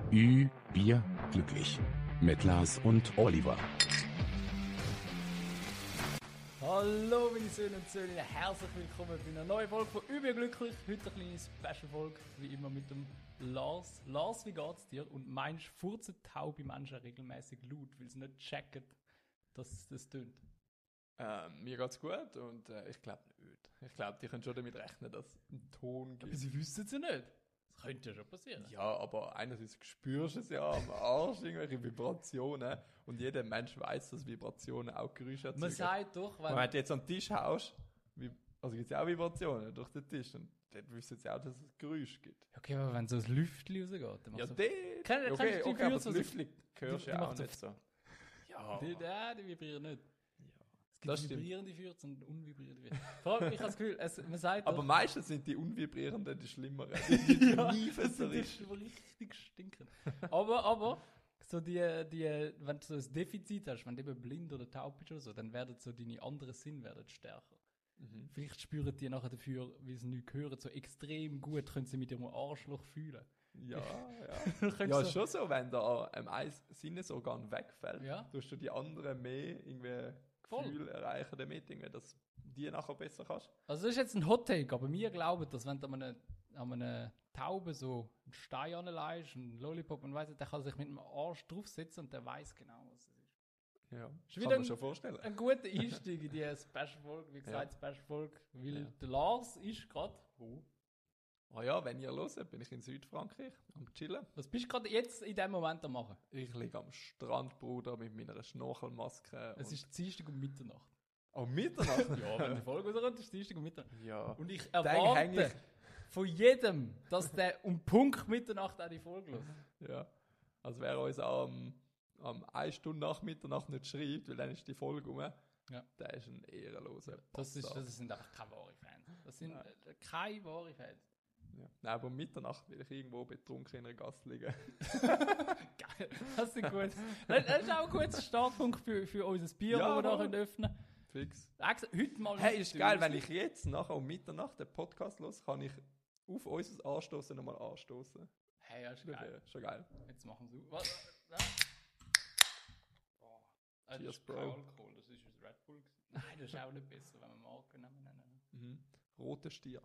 Bier, glücklich. Mit Lars und Oliver. Hallo meine Söhne und Söhne, herzlich willkommen bei einer neuen Folge von Überglücklich. Heute eine kleine Special-Folge, wie immer mit dem Lars. Lars, wie geht's dir? Und meinst du, furzen taube Menschen regelmäßig laut, weil sie nicht checken, dass das tönt? Mir geht's gut und ich glaube nicht. Ich glaube, die können schon damit rechnen, dass es einen Ton gibt. Aber sie wissen es ja nicht. Das könnte ja schon passieren. Ja, aber einerseits spürst du es ja am Arsch, irgendwelche Vibrationen. Und jeder Mensch weiß, dass Vibrationen auch Geräusche erzeugen. Man sagt doch, wenn du jetzt am Tisch haust, also gibt es ja auch Vibrationen durch den Tisch. Und dann wissen sie auch, dass es Geräusche gibt. Okay, aber wenn so ein Lüftchen rausgeht, dann Ja, so... okay, aber das Lüftchen hörst du ja auch nicht so. Ja, die vibrieren nicht. Es Das gibt stimmt. vibrierende Fürze und unvibrierende Fürze. Vor allem, ich habe das Gefühl, man sagt Aber doch... meistens sind die unvibrierenden die schlimmeren. Die Ja, niefen so die richtig. richtig stinken. Aber, so wenn du so ein Defizit hast, wenn du eben blind oder taub bist oder so, dann werden so deine anderen Sinne werden stärker. Mhm. Vielleicht spüren die nachher dafür, wie sie nichts hören, so extrem gut können sie mit ihrem Arschloch fühlen. Ja. Können Ja, so- schon so, wenn da ein Sinnesorgan wegfällt, Ja. tust du die anderen mehr irgendwie Voll. Gefühl erreichen damit, irgendwie, dass die nachher besser kannst. Also das ist jetzt ein Hot Take, aber wir glauben, dass wenn du an einer Taube so einen Stein anlegst, einen Lollipop und weiss nicht, der kann sich mit dem Arsch draufsetzen und der weiß genau, was es ist. Ja, Ist kann wieder man schon vorstellen. Ein guter Einstieg in die Special-Folge, wie gesagt, Special-Folge, weil Ja. der Lars ist gerade wo? Ah ja, wenn ihr hört, bin ich in Südfrankreich am Chillen. Was bist du gerade jetzt in diesem Moment am machen? Ich liege am Strand, Bruder, mit meiner Schnorchelmaske. Es ist Dienstag um Mitternacht. Oh, Mitternacht? Ja, wenn die Folge rauskommt, ist Dienstag um Mitternacht. Ja. Und ich häng erwarte ich- von jedem, dass der um Punkt Mitternacht auch die Folge hört. Ja. Also wer uns auch am 1 Stunde nach Mitternacht nicht schreibt, weil dann ist die Folge rum, Ja. der ist ein ehrenloser Das Bastard. sind einfach keine wahren Fans. Das sind keine wahren Fans. Ja. Nein, aber um Mitternacht will ich irgendwo betrunken in einer Gasse liegen. Geil, das ist gut. Das ist auch ein guter Startpunkt für unser Bier, Ja, das wir voll. da öffnen können. Fix. Heute mal... Hey, ist geil, wenn ich jetzt nachher um Mitternacht den Podcast los, kann ich auf unser Anstoßen nochmal anstoßen. Hey, das ist Das geil. wäre schon geil. Jetzt machen wir was? Boah. Das Cheers, ist Bro. kein Alkohol, das ist ein Red Bull. Nein, das ist auch nicht besser, wenn wir Marken nennen. Mhm. Roter Stier.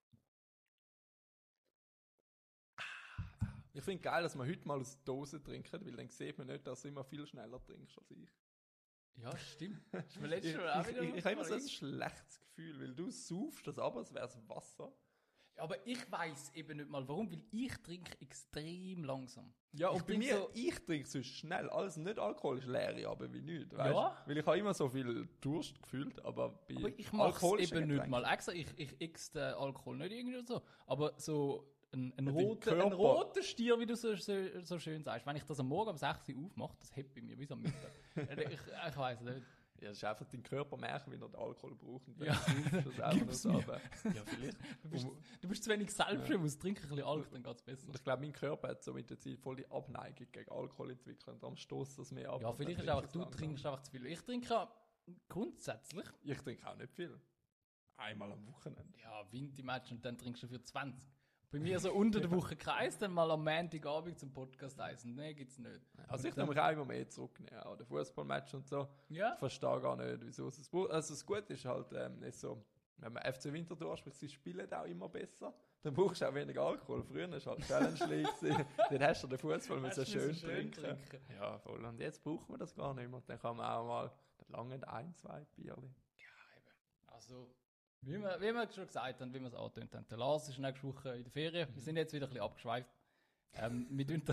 Ich finde geil, dass wir heute mal aus Dose trinken, weil dann sieht man nicht, dass du immer viel schneller trinkst als ich. Ja, stimmt. Ist mir letztes Ich, Mal auch wieder ich habe immer so ein aufgefallen. schlechtes Gefühl, weil du saufst das aber, als wäre es Wasser. Ja, aber ich weiss eben nicht mal warum, weil ich trinke extrem langsam. Ja, Ich und bei trinke mir, so- ich trinke sonst schnell. Alles nicht alkoholisch, leere aber wie nichts. Weißt? Ja. Weil ich habe immer so viel Durst gefühlt, aber bei Aber ich mache es alkoholischen eben nicht Getränken- mal extra. Ich x den Alkohol nicht irgendwie so. Aber so ein dein roter Körper- Stier, wie du so schön sagst, wenn ich das am Morgen um 6 Uhr aufmache, das hebt bei mir bis am Mittag. ich weiss nicht. Ja, das ist einfach dein Körper merken, wie er den Alkohol braucht. Und dann Ja. saufst du das einfach Gib's nur mir. so runter. Ja, vielleicht. Du bist zu wenig selbstbewusst, trink ein bisschen Alk, dann geht's besser. Und ich glaube, mein Körper hat so mit der Zeit voll die Abneigung gegen Alkohol entwickelt und darum stößt das mehr ab. Ja, und vielleicht dann ist einfach, trinke ich du es langsam. trinkst einfach zu viel. Ich trinke grundsätzlich, Ich trinke auch nicht viel. Einmal am Wochenende. ja, Vinti-Match und dann trinkst du für 20. Bei mir so unter der Woche Kreis, dann mal am Montagabend zum Podcast essen. Nein, gibt's nicht. Also ich nehme mich auch immer mehr zurücknehmen, auch der Fußballmatch und so. Ja? Ich verstehe gar nicht, wieso es braucht. Also das Gute ist halt, ist so, wenn man FC Winterthur anspricht, sie spielen auch immer besser. Dann brauchst du auch weniger Alkohol. Früher war es halt Challenge League. Dann hast du den Fußball mit so Hast du schön so schön trinken. Ja, voll. Und jetzt braucht man das gar nicht mehr. Dann kann man auch mal lange 1, 2 Bierchen. Also, wie wir schon gesagt haben, wie wir es angetönt haben, der Lars ist nächste Woche in der Ferien. Wir sind jetzt wieder ein bisschen abgeschweift. Wir tun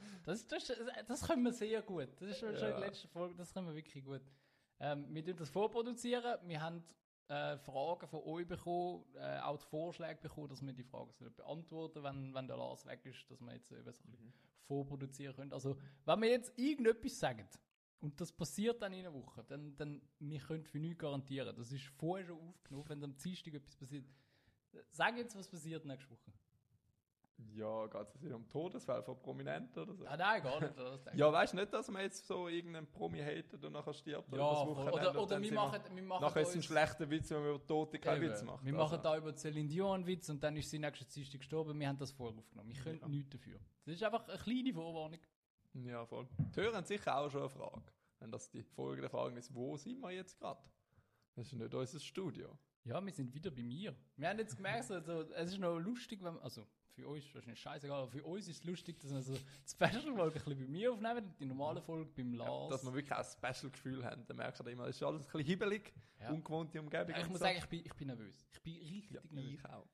das können wir sehr gut. Das ist schon in der letzten Folge, das können wir wirklich gut. Wir tun das vorproduzieren. Wir haben Fragen von euch bekommen, auch die Vorschläge bekommen, dass wir die Fragen beantworten sollen, wenn der Lars weg ist, dass wir jetzt eben so ein bisschen vorproduzieren können. Also, wenn wir jetzt irgendetwas sagen, und das passiert dann in einer Woche, dann wir können für nichts garantieren. Das ist vorher schon aufgenommen, wenn am Dienstag etwas passiert. Sag jetzt, was passiert nächste Woche. Ja, geht es um Todesfälle von Prominenten oder so? Ah, nein, gar nicht. Das denke ich. Ja, weißt du nicht, dass man jetzt so irgendeinen Promi hatet und nachher stirbt? Ja, übers voll. Wochenende und Oder dann wir sind machen nachher ist es ein uns- schlechter Witz, wenn man über Tote keinen Eben. Witz macht. Wir Also, machen da über Celine Dion einen Witz und dann ist sie nächste Dienstag gestorben. Wir haben das vorher aufgenommen. Wir können nichts dafür. Das ist einfach eine kleine Vorwarnung. Ja, voll. Die Hörer haben sicher auch schon eine Frage. Wenn das die folgende Frage ist, wo sind wir jetzt gerade? Das ist nicht unser Studio. Ja, wir sind wieder bei mir. Wir haben jetzt gemerkt, also, es ist noch lustig, wenn, also für euch ist es wahrscheinlich scheißegal, aber für uns ist es lustig, dass wir so die Special-Folge ein bisschen bei mir aufnehmen, die normale Folge beim Lars. Dass wir wirklich auch ein Special-Gefühl haben. Dann merken wir immer, es ist alles ein bisschen hibbelig, Ja. ungewohnte Umgebung. Ich und muss so. sagen, ich bin nervös. Ich bin richtig Ja, nervös. ich auch.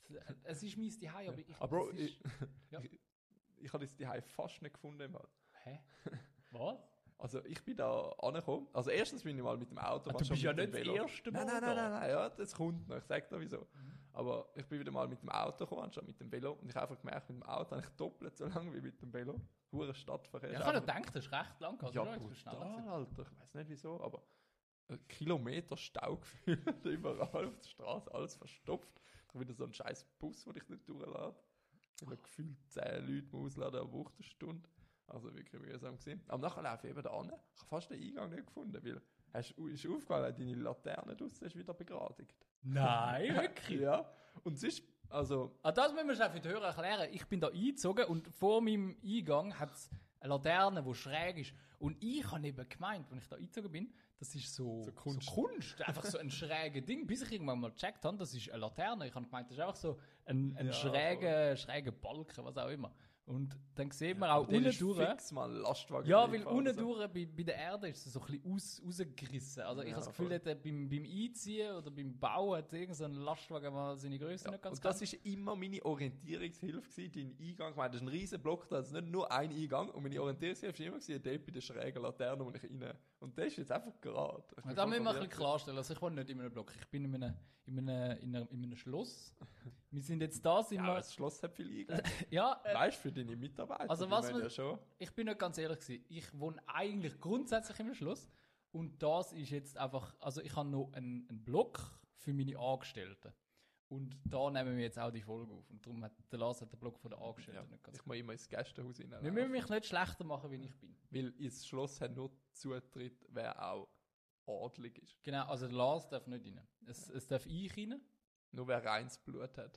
Es ist mein Zuhause, aber ich... Aber Bro, es ist, Ja. ich habe das Zuhause fast nicht gefunden. Im Fall. Hä? Was? Also ich bin da angekommen. Also erstens bin ich mal mit dem Auto. Ah, mal du schon bist ja mit dem nicht das Velo. erste Mal Nein, ja, das kommt noch. Ich sag dir wieso. Aber ich bin wieder mal mit dem Auto gekommen, anstatt mit dem Velo. Und ich habe einfach gemerkt, mit dem Auto habe ich doppelt so lang wie mit dem Velo. Hure Stadtverkehr. Ja, ich habe gedacht, das ist recht lang. Also Ja, ja, jetzt bist du schneller brutal, gewesen. Alter. Ich weiß nicht wieso, aber ein Kilometer Stau gefühlt überall auf der Straße, alles verstopft. Ich habe wieder so einen scheiß Bus, den ich nicht durchlade. Ich habe gefühlt 10 Leute ausladen am Wochenstunde. Also wirklich mühsam gewesen. Aber nachher laufe ich eben da an. Ich habe fast den Eingang nicht gefunden, weil ist aufgefallen, deine Laterne draussen ist wieder begradigt. Nein, wirklich? Ja. Und es ist, also, Ah, das müssen wir schnell für die Hörer erklären. Ich bin da eingezogen und vor meinem Eingang hat es eine Laterne, die schräg ist. Und ich habe eben gemeint, als ich da eingezogen bin, das ist so Kunst. Einfach so ein schräges Ding. Bis ich irgendwann mal gecheckt habe, das ist eine Laterne. Ich habe gemeint, das ist einfach so ein Ja, schräger Balken, was auch immer. Und dann sieht man auch der unten ist durch. fix mal ein Lastwagen. Ja, weil reingefahren unten oder so. durch bei der Erde ist es so ein bisschen rausgerissen. Also ich Ja, habe das Gefühl, voll. beim Einziehen oder beim Bauen hat irgend so ein Lastwagen mal seine Größe Ja, nicht ganz und das ist immer meine Orientierungshilfe gewesen, dein Eingang. Ich meine, das ist ein riesen Block, da ist nicht nur ein Eingang. Und meine Orientierungshilfe war immer gewesen, dort bei der schrägen Laterne, wo ich rein. Und das ist jetzt einfach gerade. Ich bin Und da müssen wir ein voll bisschen klarstellen. Also ich wohne nicht in einem Block, ich bin in einem Schloss. Wir sind jetzt da, sind Ja, wir... das Schloss hat viel Eingang. Ja, Weißt du, für deine Mitarbeiter. Also die was wollen wir- ja schon. ich bin nicht ganz ehrlich gewesen. Ich wohne eigentlich grundsätzlich in einem Schloss. Und das ist jetzt einfach... Also ich habe noch einen Block für meine Angestellten. Und da nehmen wir jetzt auch die Folge auf. Und darum hat der Lars den Block von der Angestellten Ja, nicht ganz... ich muss immer ins Gästehaus rein. Wir müssen mich nicht schlechter machen, wie ich bin. Weil ins Schloss hat nur Zutritt, wer auch adlig ist. Genau, also der Lars darf nicht rein. Es darf ich rein. Nur wer reines Blut hat.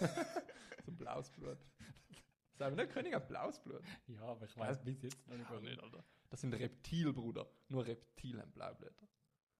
So blaues Blut. Sagen wir nicht, König hat blaues Blut. Ja, aber ich weiß bis jetzt noch nicht, Gar nicht, Alter. Das sind Reptilbruder. Nur Reptilien haben Blaublätter.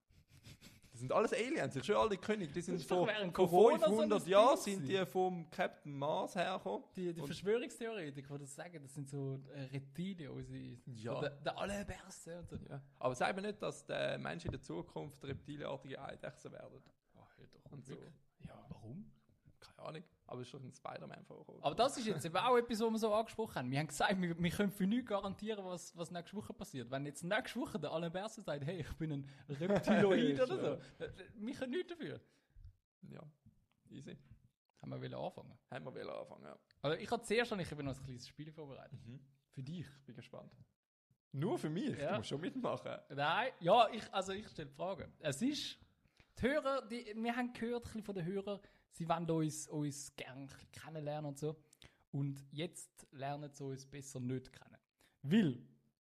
Das sind alles Aliens. Ich schwöre, alle König, die sind ist doch vor während 500 Corona so ein Jahren Ding sind die vom Captain Mars hergekommen. Die Und- Verschwörungstheoretiker, die das sagen, das sind so Reptilien, unsere, Ja. so der Allerberste und so. Ja. Aber sag mir nicht, dass die Menschen in der Zukunft reptilienartige Eidechsen werden. Oh, hör doch. Und so. Ja, warum? Keine Ahnung. Aber es ist doch ein Spider-Man vorgekommen. Aber das ist jetzt eben auch etwas, was wir so angesprochen haben. Wir haben gesagt, wir können für nichts garantieren, was nächste Woche passiert. Wenn jetzt nächste Woche der Allerberste sagt, hey, ich bin ein Reptiloid oder so, wir können nichts dafür. Ja, easy. Haben wir wollen anfangen. Haben wir wollen anfangen, ja. Also ich habe zuerst noch ein kleines Spiel vorbereitet. Für dich. Ich bin gespannt. Nur für mich? Ja. Du musst schon mitmachen. Nein, ja, ich stelle Fragen. Es ist, die Hörer, wir haben gehört ein bisschen von den Hörern, sie wollen uns gerne kennenlernen und so. Und jetzt lernen sie uns besser nicht kennen. Weil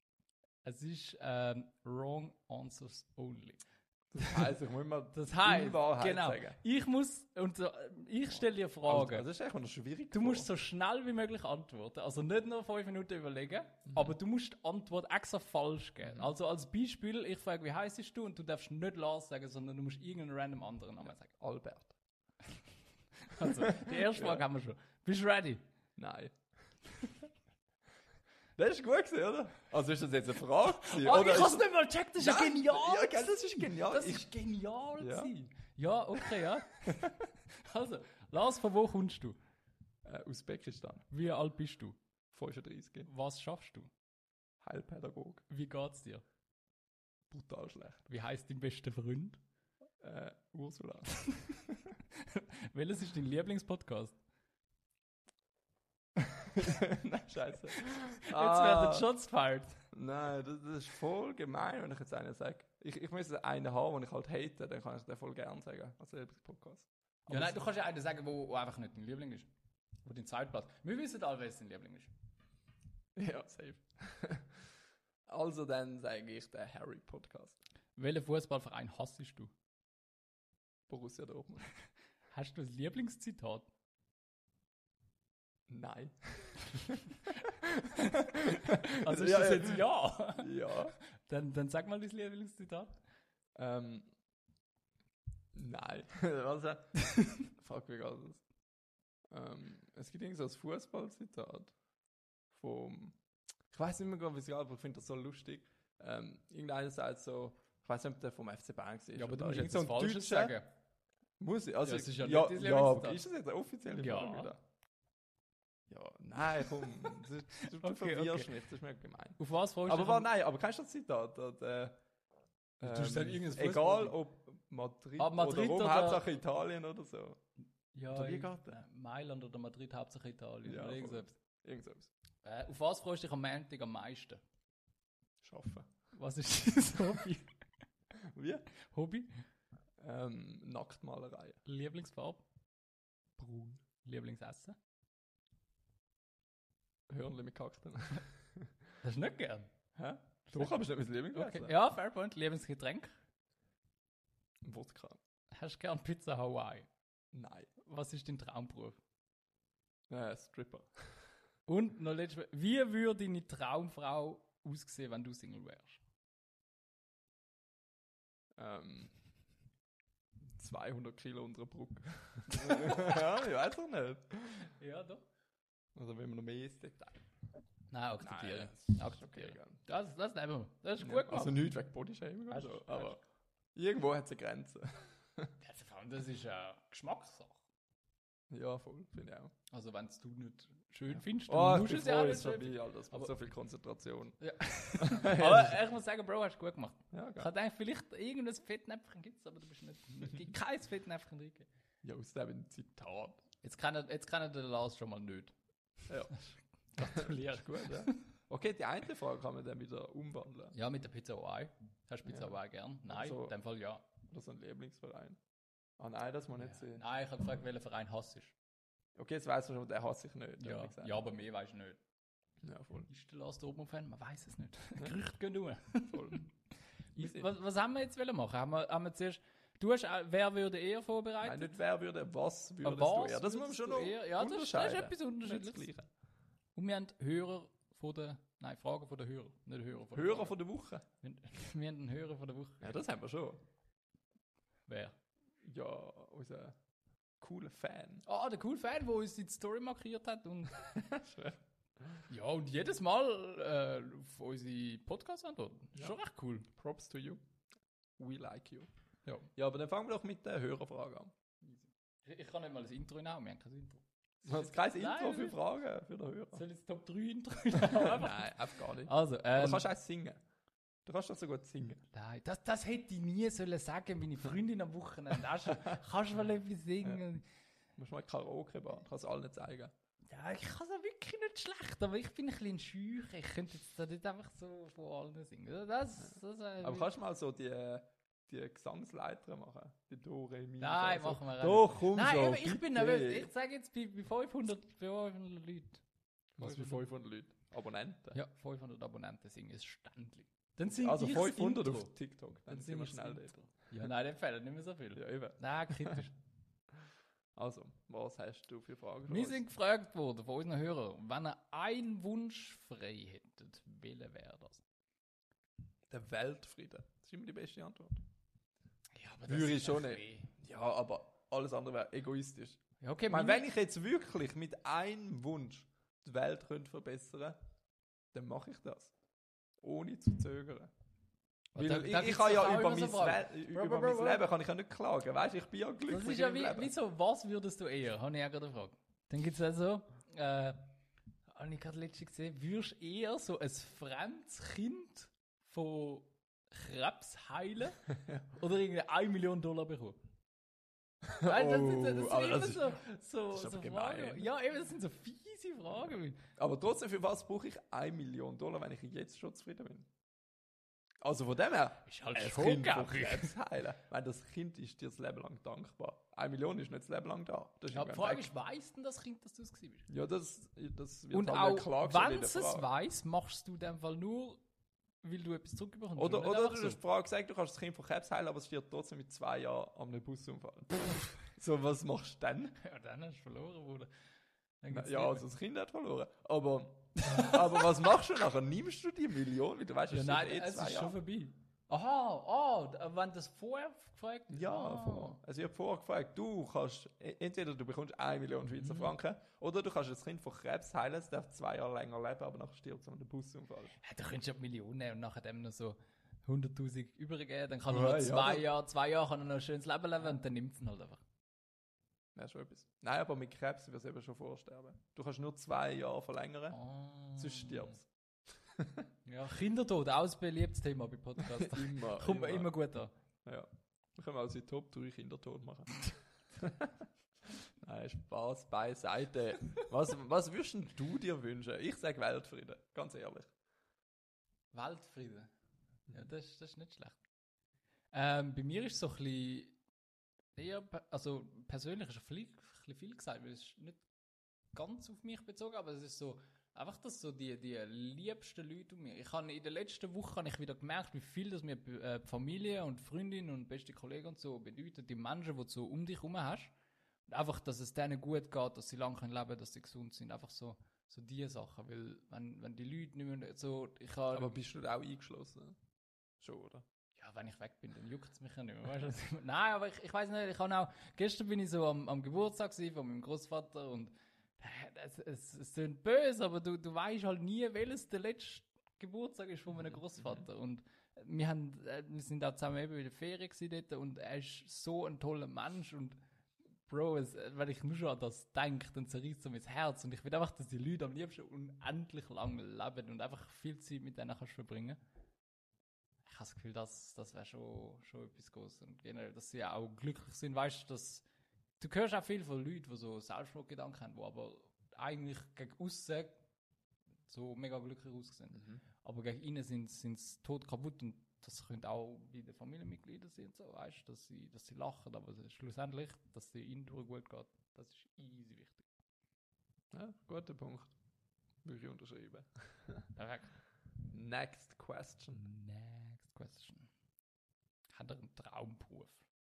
es ist Wrong Answers Only. Das heisst, ich muss immer Das heisst, Unwahrheit genau, sagen. ich stelle dir Fragen. Also, das ist echt noch schwierig. Du musst so schnell wie möglich antworten. Also nicht nur 5 Minuten überlegen, aber du musst die Antwort extra falsch geben. Also als Beispiel, ich frage, wie heißt du? Und du darfst nicht Lars sagen, sondern du musst irgendeinen random anderen Namen sagen. Albert. Also, die erste Frage haben wir schon. Bist du ready? Nein. Das ist gut gewesen, oder? Also ist das jetzt eine Frage gewesen, Oh, oder? ich hab's nicht mal gecheckt, das ist ja Nein, genial! Ja, gell, das ist genial. Das Ich- ist genial Ja. gewesen. Ja, okay, ja. Also, Lars, von wo kommst du? Usbekistan. Wie alt bist du? 35. Was schaffst du? Heilpädagog. Wie geht's dir? Brutal schlecht. Wie heißt dein bester Freund? Ursula. Welches ist dein Lieblingspodcast? Nein, scheiße. Jetzt werden Shots gefeiert. Nein, das ist voll gemein, wenn ich jetzt einen sage. Ich müsste einen haben, den ich halt hate, dann kann ich den voll gerne sagen. Also Lieblingspodcast. Ja, nein, du kannst ja einen sagen, wo einfach nicht dein Liebling ist. Wo dein Zeitplatz. Wir wissen alle, wer sein Liebling ist. Ja, safe. Also dann sage ich den Harry-Podcast. Welchen Fußballverein hassest du? Borussia Dortmund. Hast du ein Lieblingszitat? Nein. Also ist Ja, das ja. jetzt ja? Ja. Dann sag mal dein Lieblingszitat. Nein. Also, frag mich gar nicht. Es gibt irgend so ein Fußballzitat vom. Ich weiß nicht mehr genau, wie es geht, aber ich finde das so lustig. Irgendeiner sagt so, ich weiß nicht, ob der vom FC Bayern ist. Ja, aber du oder musst irgend jetzt was Falsches Deutscher- sagen. Muss ich? Also, Ja, es ist ja ja, nicht dein ja, aber Lieblingszitat. ist das jetzt eine offizielle Ja. Frage wieder? Ja, nein, komm. Du Okay, verwirrst okay. mich, das ist mir gemein. Auf was freust Aber du war, dich? nein, aber kennst du das Zitat? Du hast dann irgendein egal Fußball- ob Madrid, Madrid oder Rom, oder- Hauptsache Italien oder so. Ja, Oder wie geht der? Mailand oder Madrid, Hauptsache Italien. Ja, oder irgend so voll. etwas. Irgend so etwas. Auf was freust du dich am Montag am meisten? Schaffen. Was ist dein Hobby? Wie? Hobby? Nacktmalerei. Lieblingsfarbe? Braun. Lieblingsessen? Hörnli mit Kakteen. Das ist nicht gern. Hä? Doch, aber ist nicht mein Lieblingsessen. Okay. Ja, Fairpoint. Lieblingsgetränk? Wodka. Hast du gern Pizza Hawaii? Nein. Was ist dein Traumberuf? Stripper. Und noch letztes Mal, wie würde deine Traumfrau aussehen, wenn du Single wärst? 200 Kilo unter der Brücke. Ja, ich weiß auch nicht. Ja, doch. Also wenn man noch mehr ins Detail. Nein, akzeptiere. Nein, Akzeptiere. gell. Das nehmen wir. Das ist gut Ja, gemacht. also nichts wegen Bodyshaming oder Hast so, du- aber irgendwo hat es eine Grenze. Also, vor allem, das ist eine Geschmackssache. Ja, voll, finde ich auch. Also wenn du nicht schön findest, Oh, dann ich musst du bin es ja froh, auch es nicht schön vorbei, Alter. Das macht Aber- so viel Konzentration. Ja. Aber ich muss sagen, Bro, hast du gut gemacht. Ja, Ich geil. hatte eigentlich vielleicht irgendein Fettnäpfchen gibt aber du bist nicht kein Fettnäpfchen drin. Ja, aus dem Zitat. Jetzt kann der Lars schon mal nicht. Ja, Gratuliere. ist gut, ja. Okay, die eine Frage kann man dann wieder umwandeln. Ja, mit der Pizza Hawaii. Hast du Pizza Ja. Hawaii gern? Nein, Also- in dem Fall ja. Oder so ein Lieblingsverein. Ah nein, das muss man nicht sehen. Nein, ich habe gefragt, welchen Verein hasst du? Okay, jetzt weißt du schon, den hasse ich nicht. hab Ja. ich gesagt. Ja, aber mehr weißt du nicht. Ja, voll. Ist der Lars Dortmund-Fan? Man weiß es nicht. Gerüchte gehen nur. voll. Easy. Was haben wir jetzt wollen machen? Haben wir zuerst... Du hast wer würde eher vorbereitet? Nein, nicht wer würde, was würdest Was du eher? Das muss man schon noch würdest du eher? Ja, das ist unterscheiden. etwas Nicht das Unterschiedliches. Gleiche. Und wir haben Hörer von der... Nein, Fragen von der Hörer. Nicht Hörer von der Hörer Fragen. von der Woche. Wir haben einen Hörer von der Woche. Ja, das haben wir schon. Wer? Ja, unser cooler Fan. Ah, der coole Fan, der uns die Story markiert hat. Und ja, und jedes Mal auf unsere Podcasts antworten. Ja. Schon recht cool. Props to you. We like you. Ja. Ja, aber dann fangen wir doch mit der Hörerfrage an. Ich kann nicht mal ein Intro nehmen, wir haben kein Intro. Du hast kein Intro Nein, für Fragen für den Hörer. Soll ich das Top 3 Intro Nein, einfach gar nicht. Also, Du kannst auch singen. Du kannst doch so gut singen. Nein, das hätte ich nie sollen sagen, meine Freundin am Wochenende. Kannst du mal etwas singen? Du musst mal Karaoke-Bar. Kannst allen zeigen. Ja, ich kann es wirklich nicht schlecht, aber ich bin ein bisschen schüch. Ich könnte jetzt da nicht einfach so von allen singen. Aber kannst du mal so die Gesangsleiter machen? Die Do, Re, Mi, Nein, Fa, so. machen wir Doch, komm Nein, schon, aber ich bin bitte. nervös. Ich sage jetzt bei 500 Leuten. Was für 500 Leute? Abonnenten? Ja, 500 Abonnenten singen ist Ständli. Dann singt Also ich 500 das Intro. auf TikTok. Dann Dann sind wir singe ich schnell das dort. Ja, nein, dann fehlen nicht mehr so viel. Ja, eben. Nein, kritisch. Also, was hast du für Fragen für Wir uns? sind gefragt worden von unseren Hörern, wenn ihr einen Wunsch frei hättet, welcher wäre das? Der Weltfrieden. Das ist immer die beste Antwort. Ja, aber Würde ich ist schon ein nicht. Ja, aber alles andere wäre egoistisch. Ja, okay, Ich meine, wenn ich jetzt wirklich mit einem Wunsch die Welt könnte verbessern, dann mache ich das. Ohne zu zögern. Weil Da- da ich gibt's kann doch ja auch über immer so mein, Fragen. über Bro, mein bro. Leben kann ich ja nicht klagen. Weißt du, ich bin ja glücklich Das ist ja in meinem Leben. wieso, was würdest du eher? Habe ich auch gerade gefragt. Dann gibt es also, habe ich gerade letztens gesehen, würdest du eher so ein fremdes Kind von Krebs heilen oder irgendwie $1 Million bekommen? Weil das aber sind das immer ist- so das ist aber Fragen. gemein. Ja, eben, das sind so fiese Fragen. Aber trotzdem, für was brauche ich $1 Million, wenn ich jetzt schon zufrieden bin? Also von dem her, Ist halt ein schon Kind von gäbig. Krebs heilen. Weil das Kind ist dir das Leben lang dankbar. 1 Million ist nicht das Leben lang da. Das ist Ja, die irgendwann Frage weg. ist, weiss denn das Kind, dass du es gewesen bist? Ja, das wird Und halt auch, nicht klar gestellt wenn in der es es Frage. weiss, machst du in dem Fall nur, weil du etwas zurückbekommst. Oder und nicht du einfach hast die Frage gesagt, du kannst das Kind von Krebs heilen, aber es stirbt trotzdem mit 2 Jahren an einem Busunfall. So, was machst du dann? Ja, dann hast du verloren, Bruder. Dann geht's Ja, nicht also das Kind hat verloren. Aber was machst du nachher? Nimmst du die Million? Weil du weißt, mehr. es Ja, sind nein, es 2 ist schon Jahre. vorbei. Aha, wenn das vorher gefragt Ja, Ah. es wird vorher gefragt, du kannst, entweder du bekommst 1 Million Schweizer Franken, oder du kannst das Kind von Krebs heilen, es darf 2 Jahre länger leben, aber nachher stirbt es an einem Busunfall. Ja, du könntest ja die Millionen nehmen und nachher dem noch so 100'000 übergeben, dann kann Ja, er noch ja, 2 Jahre kann er noch ein schönes Leben leben und dann nimmt es ihn halt einfach. Ja, schon etwas. Nein, aber mit Krebs wird es eben schon vorsterben. Du kannst nur 2 Jahre verlängern, sonst stirbst Ja, Kindertod, auch ein beliebtes Thema bei Podcasts. du. Immer. Kommt mir immer gut an. Ja. Wir können also die Top 3 Kindertod machen. Nein, Spaß beiseite. Was würdest denn du dir wünschen? Ich sage Weltfrieden, ganz ehrlich. Weltfrieden. Ja, das ist nicht schlecht. Bei mir ist es so ein bisschen eher, also persönlich ist es ein bisschen viel gesagt, weil es ist nicht ganz auf mich bezogen, aber es ist so, einfach das so die liebsten Leute um mich. Ich habe in der letzten Woche habe ich wieder gemerkt, wie viel das mir Familie und Freundinnen und beste Kollegen und so bedeuten, die Menschen, die du so um dich herum hast. Und einfach, dass es denen gut geht, dass sie lange leben können, dass sie gesund sind. Einfach so diese Sachen. Weil, wenn die Leute nicht mehr so, Aber bist du da auch eingeschlossen? Schon, oder? ja, wenn ich weg bin, dann juckt es mich ja nicht mehr. Weißt du, was ich meine? Nein, aber ich weiß nicht, ich habe auch, gestern bin ich so am Geburtstag gewesen von meinem Großvater und es klingt böse, aber du weißt halt nie, welches der letzte Geburtstag ist von meinem Großvater. Und wir sind auch zusammen eben in der Ferien gewesen dort und er ist so ein toller Mensch und Bro, wenn ich nur schon an das denke, dann zerreißt es mir das Herz und ich will einfach, dass die Leute am liebsten unendlich lang leben und einfach viel Zeit mit denen kannst verbringen. Ich habe das Gefühl, das wäre schon etwas Großes und generell, dass sie auch glücklich sind, weißt du, dass du hörst auch viel von Leuten, die so Selbstmordgedanken haben, die aber eigentlich gegen aussen so mega glücklich aussehen. Aber gegen innen sind sie tot kaputt und das könnte auch bei den Familienmitgliedern sein, so, weißt, dass sie lachen, aber schlussendlich, dass es ihnen gut geht, das ist easy wichtig. Ja, guter Punkt. Würde ich unterschreiben. Perfekt. Next question. Next question. Hat er einen Traumberuf?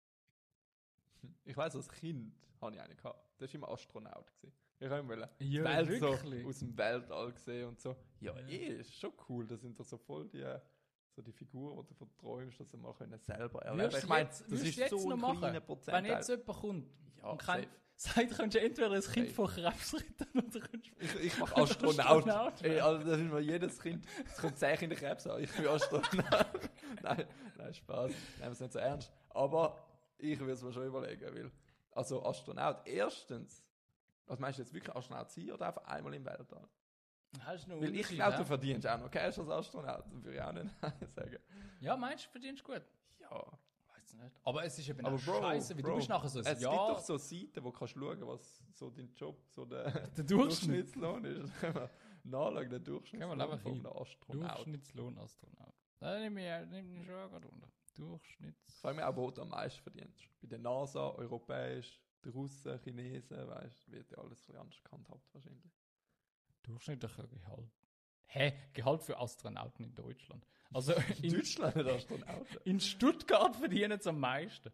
Ich weiss, als Kind hatte ich einen gehabt. Der war immer Astronaut. Gewesen. Ich wollte Ja, die Welt wirklich? so aus dem Weltall gesehen und so. Ja, ist schon cool. Das sind doch so voll die Figuren, die du verträumst, dass sie mal selber erleben können. Ich meine, das ist jetzt so noch ein machen? kleiner Wenn Prozentteil. jetzt jemand kommt Ja, und kann, safe. sagt, könntest du entweder ein Kind Safe. von Krebs retten oder könntest Ich mache Astronaut. Astronaut Ey, also das ist mal jedes Kind. Es kommt 10 Kinder Krebs an. Ich bin Astronaut. nein, Spaß. Nehmen wir es nicht so ernst. Aber ich würde es mir schon überlegen, weil also Astronaut erstens. Was meinst du jetzt wirklich Astronaut sein oder einfach einmal im Weltall? Hast du noch Weil ich Unterschied, glaube, hä? du verdienst auch noch Cash als Astronaut. Das würde ich auch nicht sagen. Ja, meinst du, verdienst gut? Ja. Weiß nicht. Aber es ist eben Aber auch scheiße, weil du bist nachher so ein es gibt Jahr, doch so Seiten, wo du kannst schauen, was so dein Job, so der der Durchschnitt. Durchschnittslohn ist. Können wir nachschauen, der Durchschnittslohn einfach von hin. einem Astronaut. Durchschnittslohn Astronaut. Da nehme ich schon gerade unter. Ich frage mich auch, wo du am meisten verdienst. Bei der NASA, europäisch, den Russen, Chinesen, weißt du, wird ja alles ein bisschen anders gehandhabt wahrscheinlich. Durchschnittlicher Gehalt. Hä? Gehalt für Astronauten in Deutschland. Also In Deutschland nicht Astronauten. in Stuttgart verdienen sie am meisten.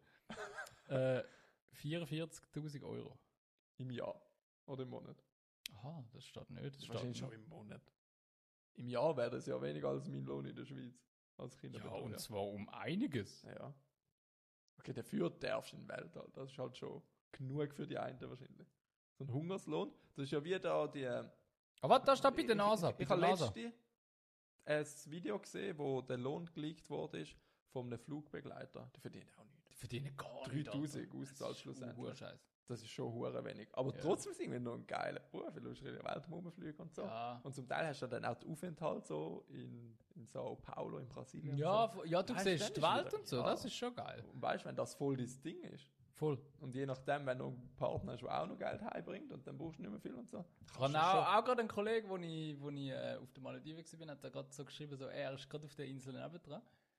44.000 Euro. Im Jahr oder im Monat. Aha, das steht nicht. Das steht Wahrscheinlich nur- schon im Monat. Im Jahr wäre das ja weniger als mein Lohn in der Schweiz. Als Ja, Kinderbetreuer. und zwar um einiges. Ja. Okay, dafür darfst du in den Weltall. Das ist halt schon genug für die einen wahrscheinlich. So ein Hungerslohn, das ist ja wie da die... Aber da steht bei der NASA. Ich habe letztens ein Video gesehen, wo der Lohn geleakt wurde von einem Flugbegleiter. Die verdienen auch nichts. Die verdienen gar nicht. 3000 auszahlt schlussendlich. Scheiße. Das ist schon hure wenig. Aber Ja. trotzdem sind wir noch ein geiler Beruf, weil du in der Welt rumfliegen und so. Ja. Und zum Teil hast du dann auch den Aufenthalt so in Sao Paulo in Brasilien. Ja, und so. ja, du Weißt, siehst dann die ist Welt wieder- und so, ja. das ist schon geil. Und weißt du, wenn das voll dein Ding ist. Voll. Und je nachdem, wenn du einen Partner hast, der auch noch Geld heimbringt und dann brauchst du nicht mehr viel und so. Ich habe auch gerade einen Kollegen, wo ich auf der Malediven war, hat er gerade so geschrieben, so, er ist gerade auf der Insel nebendran.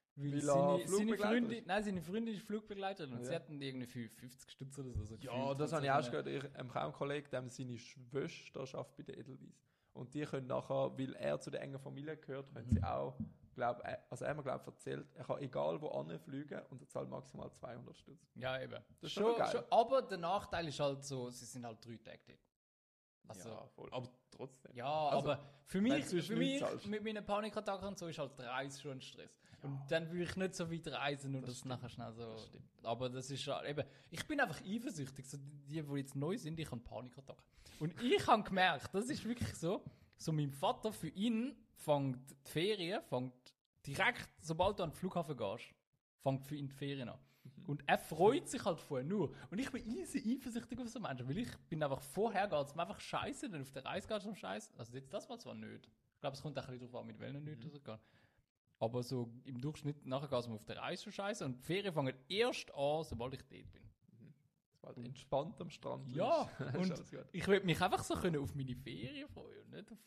Weil Weil er seine Flugbegleiter Freundin, ist? nein, seine Freundin ist Flugbegleiterin und Ja. sie hatten irgendwie 50 Stutz oder so. Ja, gefühlt. das Und habe so ich auch eine- schon gehört. Ich habe einen Kollegen, dem seine Schwester arbeitet bei der Edelweiss. Und die können nachher, weil er zu der engen Familie gehört, können sie auch, also er hat mir glaube ich erzählt, er kann egal wo anfliegen und er zahlt maximal 200 Stutz. Ja, eben. ist schon geil. Aber der Nachteil ist halt so, sie sind halt 3 Tage dort. Also, Ja, voll. Aber trotzdem. ja, Also, aber für wenn mich, du sonst nichts zahlst. mit meinen Panikattacken und so ist halt die Reise schon ein Stress. Und dann würde ich nicht so weit reisen und das nachher schnell so. Aber das ist ja eben, ich bin einfach eifersüchtig. So die jetzt neu sind, ich habe Panikattacken. Und ich habe gemerkt, das ist wirklich so, mein Vater, für ihn fängt die Ferien, direkt, sobald du an den Flughafen gehst, fängt für ihn die Ferien an. Und er freut sich halt vorher nur. Und ich bin easy eifersüchtig auf so Menschen, weil ich bin einfach vorher geht's mir einfach scheiße, dann auf der Reise geht es am Scheiße. Also jetzt das mal zwar nicht. Ich glaube, es kommt auch ein bisschen drauf an, mit welchen nicht oder so. Aber so im Durchschnitt nachher geht es mir auf der Reise schon scheiße. Und die Ferien fangen erst an, sobald ich dort bin. Das war halt entspannt am Strand. Ja, liegst. und Ist alles gut. ich will mich einfach so können auf meine Ferien freuen und nicht auf...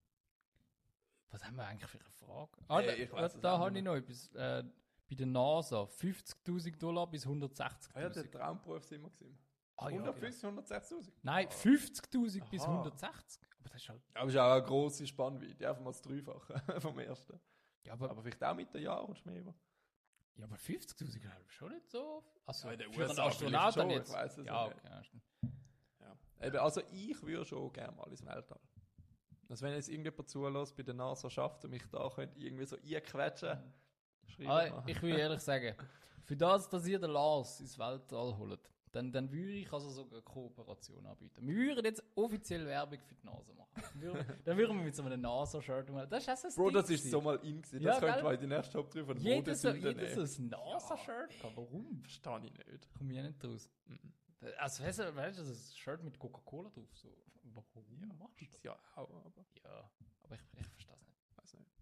Was haben wir eigentlich für eine Frage? Ich weiss es Da auch habe nicht ich noch etwas. Bei der NASA $50.000 bis 160.000. Ah ja, der Traumberuf sind wir gewesen. Ah, ja, 150, 160.000. Nein, 50.000 bis Aha. 160. Aber das ist halt... Aber es ist auch eine grosse Spannweite, einfach mal das Dreifache vom ersten. Ja, Aber vielleicht auch mit den Jahren kommst du mehr über. Ja, aber 50.000 ist halt schon nicht so. Also, Ja, in den für einen USA Astronauten vielleicht schon, jetzt. ich weiss es ja, nicht. okay, ja, stimmt. Ja. Eben, also ich würde schon gerne mal ins Weltall. Also wenn jetzt irgendjemand zulässt, bei der NASA schafft und mich da könnte irgendwie so einquetschen, schreibt Aber mal. ich will ehrlich sagen, für das, dass ihr den Lars ins Weltall holt, dann würde ich also sogar eine Kooperation anbieten. Wir würden jetzt offiziell Werbung für die NASA machen. Dann würden wir mit so einem NASA-Shirt machen. Das ist auch so ein Bro, Ding das ist gewesen. so mal in gewesen. Ja, Das könnte gell? man in die nächste Top 3 von der Jeder so Modesünde nehmen. ein NASA-Shirt. Ja. Warum? Verstehe ich nicht. Komme ich auch nicht raus. Mhm. Also, weißt du, das ist ein Shirt mit Coca-Cola drauf. So. Warum machst du Gibt's das? ja auch, aber Ja, aber ich verstehe es nicht. weiß nicht.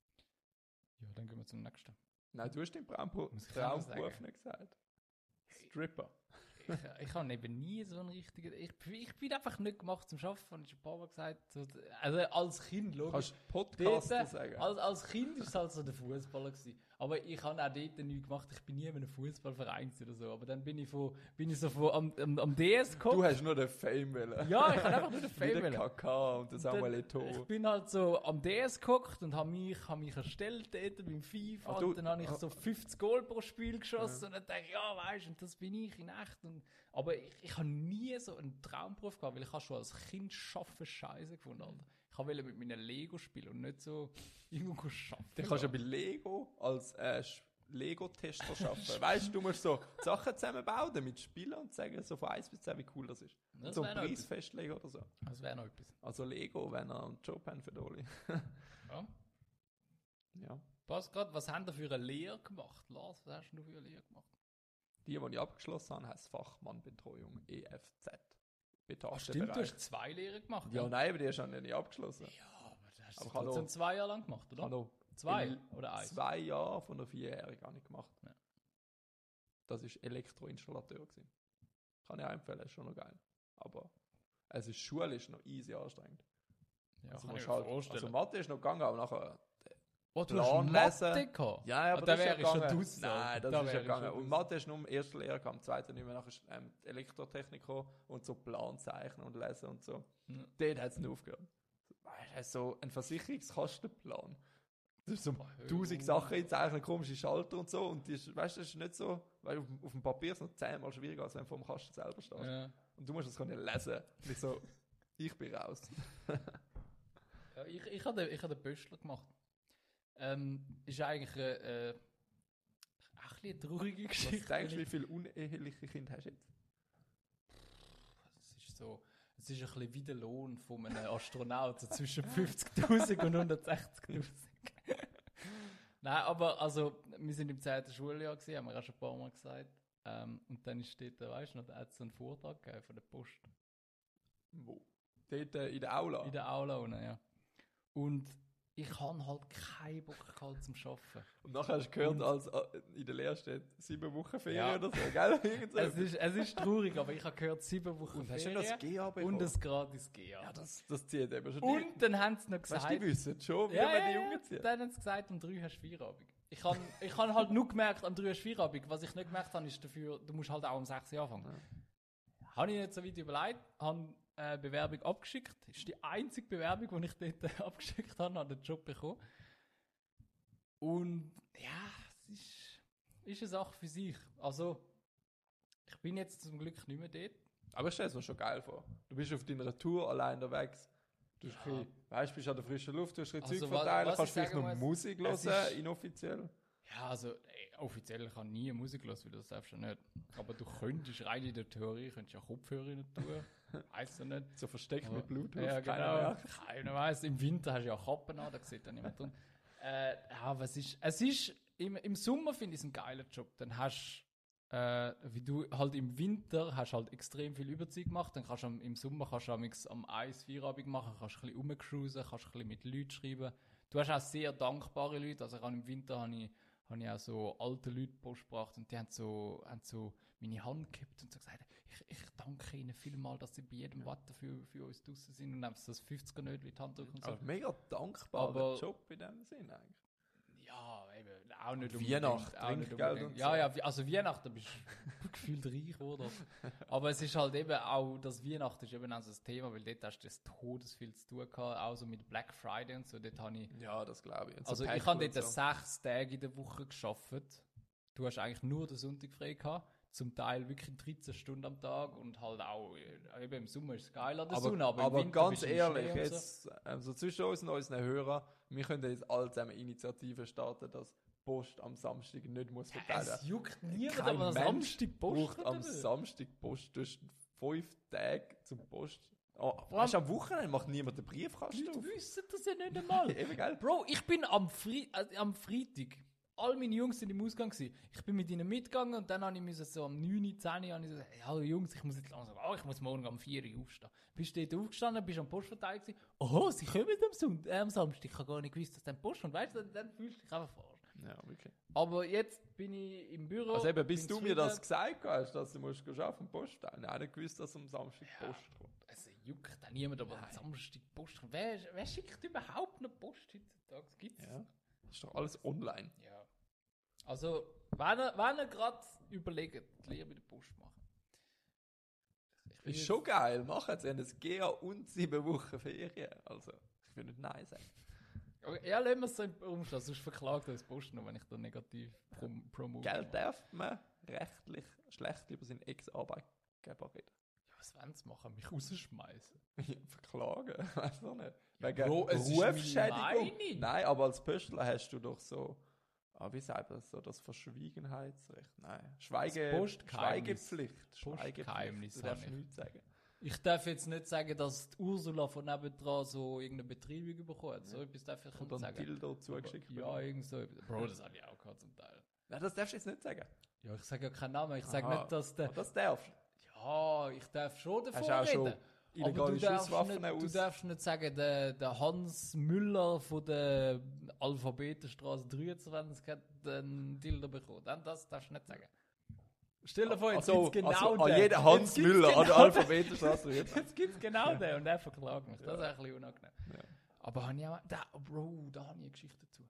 Ja, dann gehen wir zum nächsten. Nein, du hast den Muss ich auch Traumberuf sagen. nicht gesagt. Stripper. Ich habe eben nie so einen richtigen... Ich bin einfach nicht gemacht zum Arbeiten, habe ich schon ein paar Mal gesagt. So, also als Kind, logisch. Kannst du Podcaster Dort, sagen? als Kind war es halt so der Fußballer gewesen. Aber ich habe auch dort nichts gemacht. Ich bin nie in einem Fußballverein oder so. Aber dann bin ich so von am DS gekommen. Du hast nur den Fame wollen. Ja, ich habe einfach nur den Wie Fame der wollen. KK und der Samuel Ich Eto'o. bin halt so am DS geguckt und habe mich erstellt dort beim FIFA. Ah, du- und dann habe ich so 50 Goal pro Spiel geschossen und dann dachte ich, ja, weißt du, und das bin ich in echt. Aber ich habe nie so einen Traumberuf gehabt, weil ich habe schon als Kind Schaffen Scheiße gefunden. Alter. Ich wollte mit meinen Lego spielen und nicht so irgendwo arbeiten. Dann kannst du ja bei Lego als Lego-Tester arbeiten. Weißt du, du musst so Sachen zusammenbauen, damit spielen und sagen so von 1 bis 10, wie cool das ist. Und Das so einen wäre noch Preis etwas. festlegen oder so. Das wäre noch etwas. Also Lego, wenn er einen Job haben für Dolly. Ja. Ja. Was haben wir für eine Lehre gemacht? Lars, was hast du für eine Lehre gemacht? Die ich abgeschlossen habe, heisst Fachmannbetreuung EFZ. Betagter Stimmt, du Bereich. hast 2 Lehren gemacht. Ja, nein, aber die hast du ja nicht abgeschlossen. Ja, aber das hast Aber du ich habe trotzdem noch- 2 Jahre lang gemacht, Ich oder? habe noch 2 oder 1? 2 Jahre von einer 4-Jährigen habe ich gemacht. Ja. Das war Elektroinstallateur. Gewesen. Kann ich auch empfehlen, ist schon noch geil. Aber es ist schulisch noch easy anstrengend. Ja, Also, kann ich musst mir halt, vorstellen. also Mathe ist noch gegangen, aber nachher... Oh, du Plan hast lesen. Mathe gehabt? Ja, ja, aber da das ist ja wäre ich schon gegangen. draussen. Nein, das Da ist wäre ja ich gegangen. schon Und Mathe ist nur im ersten Lehrgang, am zweiten nicht mehr. Nachher ist Elektrotechnik gekommen und so Plan zeichnen und lesen und so. Ja. Dort hat es nicht aufgehört. Weißt du, so ein Versicherungskastenplan. Das ist so 1000 Sachen einzeichnen, komische Schalter und so. Und die ist, weißt du, das ist nicht so, weil auf dem Papier ist es noch 10-mal schwieriger, als wenn du vor dem Kasten selber stehst. Ja. Und du musst das können lesen. Und ich so, ich bin raus. Ja, ich habe den Böschler gemacht. Ist eigentlich ein bisschen eine traurige Was Geschichte. denkst du, wie viele uneheliche Kinder hast du jetzt? Es ist ein bisschen wie der Lohn von einem Astronauten, so zwischen 50.000 und 160.000. Nein, aber also, wir sind im 10. Schuljahr gewesen, haben wir auch schon ein paar Mal gesagt. Und dann ist dort, weißt du noch, da hat es einen Vortrag gegeben von der Post. Wo? Dort in der Aula? In der Aula unten, ja. Und ich habe halt keinen Bock gehabt zum Arbeiten. Und nachher hast du gehört, Und- als in der Lehre steht 7 Wochen Ferien Ja. oder so, gell? Irgend so. Es ist traurig, aber ich habe gehört 7 Wochen Und hast du Ferien das GA bekommen? und ein gratis GA. Ja, das zieht eben schon Und dann haben sie noch Weißt du, gesagt... die wissen schon, wie ja, man die ja, Jungen zieht. dann haben sie gesagt, um 3 hast du Feierabend. Ich han halt nur gemerkt am 3-4 Abend, was ich nicht gemerkt habe, ist dafür, du musst halt auch um 6 Uhr anfangen. Ja. Habe ich nicht so weit überlegt, habe eine Bewerbung abgeschickt. Das ist die einzige Bewerbung, die ich dort abgeschickt habe den Job bekommen. Und ja, es ist eine Sache für sich. Also, ich bin jetzt zum Glück nicht mehr dort. Aber ich stelle es mir schon geil vor. Du bist auf deiner Tour allein unterwegs. Du bist an der frischen Luft, du hast ein Zeug verteilen, kannst vielleicht noch Musik hören, inoffiziell. Ja, also offiziell kann ich nie Musik hören, weil das darfst du nicht. Aber du könntest rein in der Theorie ja Kopfhörer rein tun. Weißt du nicht. So versteckt mit Bluetooth. Ja, genau. Keiner weiss. Im Winter hast du ja Kappen an, da sieht dann niemand drin. Aber es ist im Sommer finde ich es ein geiler Job. Dann hast wie du halt im Winter hast halt extrem viel Überzeit gemacht, dann kannst du im Sommer am 1-4 Abend machen, kannst ein bisschen rumcruisen, kannst ein bisschen mit Leuten schreiben. Du hast auch sehr dankbare Leute, also im Winter habe ich auch so alte Leute Post gebracht und die haben so meine Hand gehabt und so gesagt, ich danke ihnen vielmal, dass sie bei jedem Watt für uns draussen sind und einfach so das 50er nicht in die Hand drücken und so. Also mega dankbarer Job in dem Sinn eigentlich. Ja, eben, auch nicht Weihnachten, Trinkgeld und so. Ja, also Weihnachten bist du gefühlt reich, oder? Aber es ist halt eben auch, das Weihnachten ist eben auch so das Thema, weil dort hast du des Todes viel zu tun gehabt, auch so mit Black Friday und so, dort habe ich... Ja, das glaube ich. Also ich habe dort 6 Tage in der Woche gearbeitet. Du hast eigentlich nur den Sonntag frei gehabt. Zum Teil wirklich 13 Stunden am Tag und halt auch, eben im Sommer ist es geil an der Sonne, aber im Winter ganz bist du im ehrlich, Schnee und jetzt, so zwischen uns und unseren Hörern, wir können jetzt alle zusammen Initiativen starten, dass Post am Samstag nicht muss verteilen. Es juckt niemand, Kein aber am Mensch Samstag Post braucht am Samstag Post. Du hast 5 Tage zum Post. Weißt du, am Wochenende macht niemand den Briefkasten Die auf. wissen das ja nicht einmal. Eben, gell? Bro, ich bin am Freitag, all meine Jungs sind im Ausgang gewesen. Ich bin mit ihnen mitgegangen und dann habe ich so am 9, 10 habe ich gesagt, hallo Jungs, ich muss jetzt langsam, ich muss morgen am 4 Uhr aufstehen. Bist du dort aufgestanden, bist am Postverteil gewesen, oh, sie kommen am Samstag, ich habe gar nicht gewusst, dass dann Post kommt, weißt du, dann fühlst du dich einfach verarscht. Ja, wirklich. Aber jetzt bin ich im Büro. Also eben, bis du mir das gesagt hast, dass du musst arbeiten Post, ich habe nicht gewusst, dass am Samstag Post kommt. Es juckt auch niemand, aber am Samstag Post kommt. Wer schickt überhaupt noch Post heutzutage? Das gibt's. Ja, das ist doch alles online. Ja. Also, wenn ihr gerade überlegt, lieber die Post machen. Ist schon geil, machen sie haben es GA und 7 Wochen Ferien. Also, ich will nicht Nein sagen. Okay, ja, lassen wir es so im Umstand, sonst verklagt uns Post noch, wenn ich da negativ promote. Geld darf man rechtlich schlecht über seinen Ex-Arbeitgeber reden. Ja, was wollen sie machen? Mich rausschmeißen? Verklagen? Weiß doch nicht. Ja, Wegen Bro, es ist Rufschädigung? meine Meinung. Nein, aber als Pöstler hast du doch so, wie sagt man das, so das Verschwiegenheitsrecht? Nein, Postgeheimnis. Schweigepflicht. Postgeheimnis Du darfst habe ich. nichts sagen. Ich darf jetzt nicht sagen, dass die Ursula von nebendran so irgendeine Betreibung bekommt. So etwas darf ich Und nicht dann sagen. Dildo zugeschickt. Ja, irgend so etwas. Bro, das habe ich auch gehabt zum Teil. Nein, das darfst du jetzt nicht sagen. Ja, ich sage ja keinen Namen. Ich sage Aha. nicht, dass der... Aber das darfst du. Ja, ich darf schon davon Hast du auch schon reden. illegale Aber Schusswaffen du darfst nicht sagen, der Hans Müller von der Alphabetenstraße 23 hat einen Dildo bekommen. Das darfst du nicht sagen. Stell dir vor, jetzt gibt's genau den. Jeder Hans Jetzt gibt's Müller an der genau Alphabetenstraße. Jetzt gibt es genau den und der verklagt mich. Das ist ein bisschen unangenehm. Ja. Aber habe ich auch... da habe ich eine Geschichte dazu.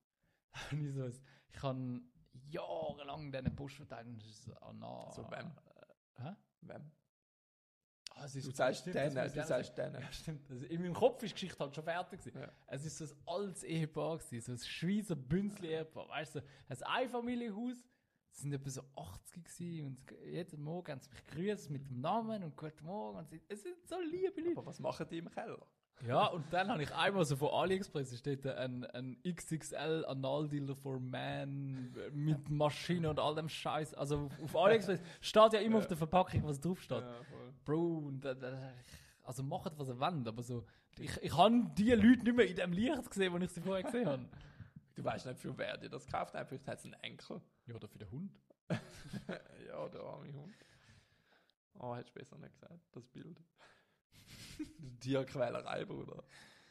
Ich habe jahrelang diesen Post verteilt. So, wem? Hä? Wem? Ah, es ist Du sagst stimmt, denen, das muss du ich sagst sagen. denen. Ja, stimmt. Also in meinem Kopf ist die Geschichte halt schon fertig gewesen. Ja. Es ist so ein altes Ehepaar gewesen, so ein Schweizer Bünzli-Ehepaar. Weißt du, ein Einfamilienhaus, sie sind etwa so 80 gewesen und jeden Morgen haben sie mich gegrüßt mit dem Namen und guten Morgen. Und es sind so liebe Leute. Aber was machen die im Keller? Ja, und dann habe ich einmal so von AliExpress, steht da ein XXL Analdealer for Man mit Maschine und all dem Scheiß. Also auf AliExpress steht ja immer auf der Verpackung, was drauf steht. Ja, voll. Bro, und also macht was ihr wollt, aber so, ich habe die Leute nicht mehr in dem Licht gesehen, wo ich sie vorher gesehen habe. Du weißt nicht, für wer dir das kauft, einfach hat es einen Enkel. Ja, oder für den Hund. Ja, der arme Hund. Oh, hättest du besser nicht gesagt, das Bild. Tierquälerei, Bruder.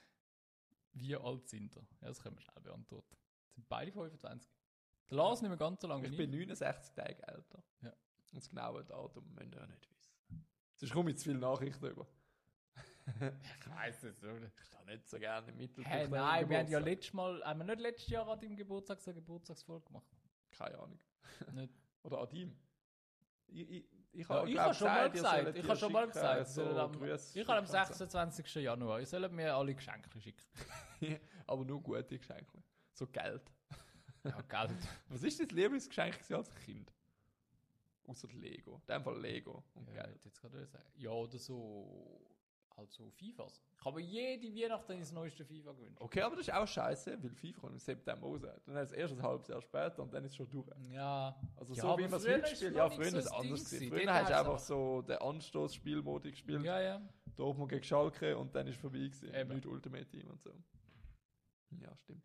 Wie alt sind ihr? Ja, das können wir schnell beantworten. Sind beide 25? Der Lars nicht mehr ganz so lange Ich wie bin 69 Tage älter. Ja. Und das genaue Datum müsst ihr ja nicht wissen. Sonst komme ich zu viele Nachrichten über. Ich weiss es nicht. Ich stehe nicht so gerne im Mittelpunkt. Hey, an nein, meinem wir haben ja Geburtstag. haben wir nicht letztes Jahr an deinem Geburtstag so eine Geburtstagsfolge gemacht? Keine Ahnung. Nicht. Oder an deinem. Ich Ja, habe ich habe schon mal gesagt, ich habe so ich habe am 26. Januar, ihr sollt mir alle Geschenke schicken. Aber nur gute Geschenke. So Geld. Ja, Geld. Was ist dein Lieblingsgeschenk gewesen als Kind? Außer Lego. In dem Fall Lego und Ja, Geld. jetzt gerade sagen. Ja, oder so, halt so FIFAs. Ich habe jede Weihnachten das neueste FIFA gewünscht. Okay, aber das ist auch scheiße, weil FIFA kommt im September raus. Dann ist es erst ein halbes Jahr später und dann ist es schon durch. Ja. Also Ja, so aber wie man es früher heute ist spielt. noch Ja, nicht früher so ist es das anders Ding gewesen. gewesen. Früher Dort hast du hast du einfach so den Anstoß-Spielmodi gespielt. Ja, ja. Dortmund gegen Schalke und dann ist es vorbei gewesen. Eben. Nicht Ultimate Team und so. Ja, stimmt.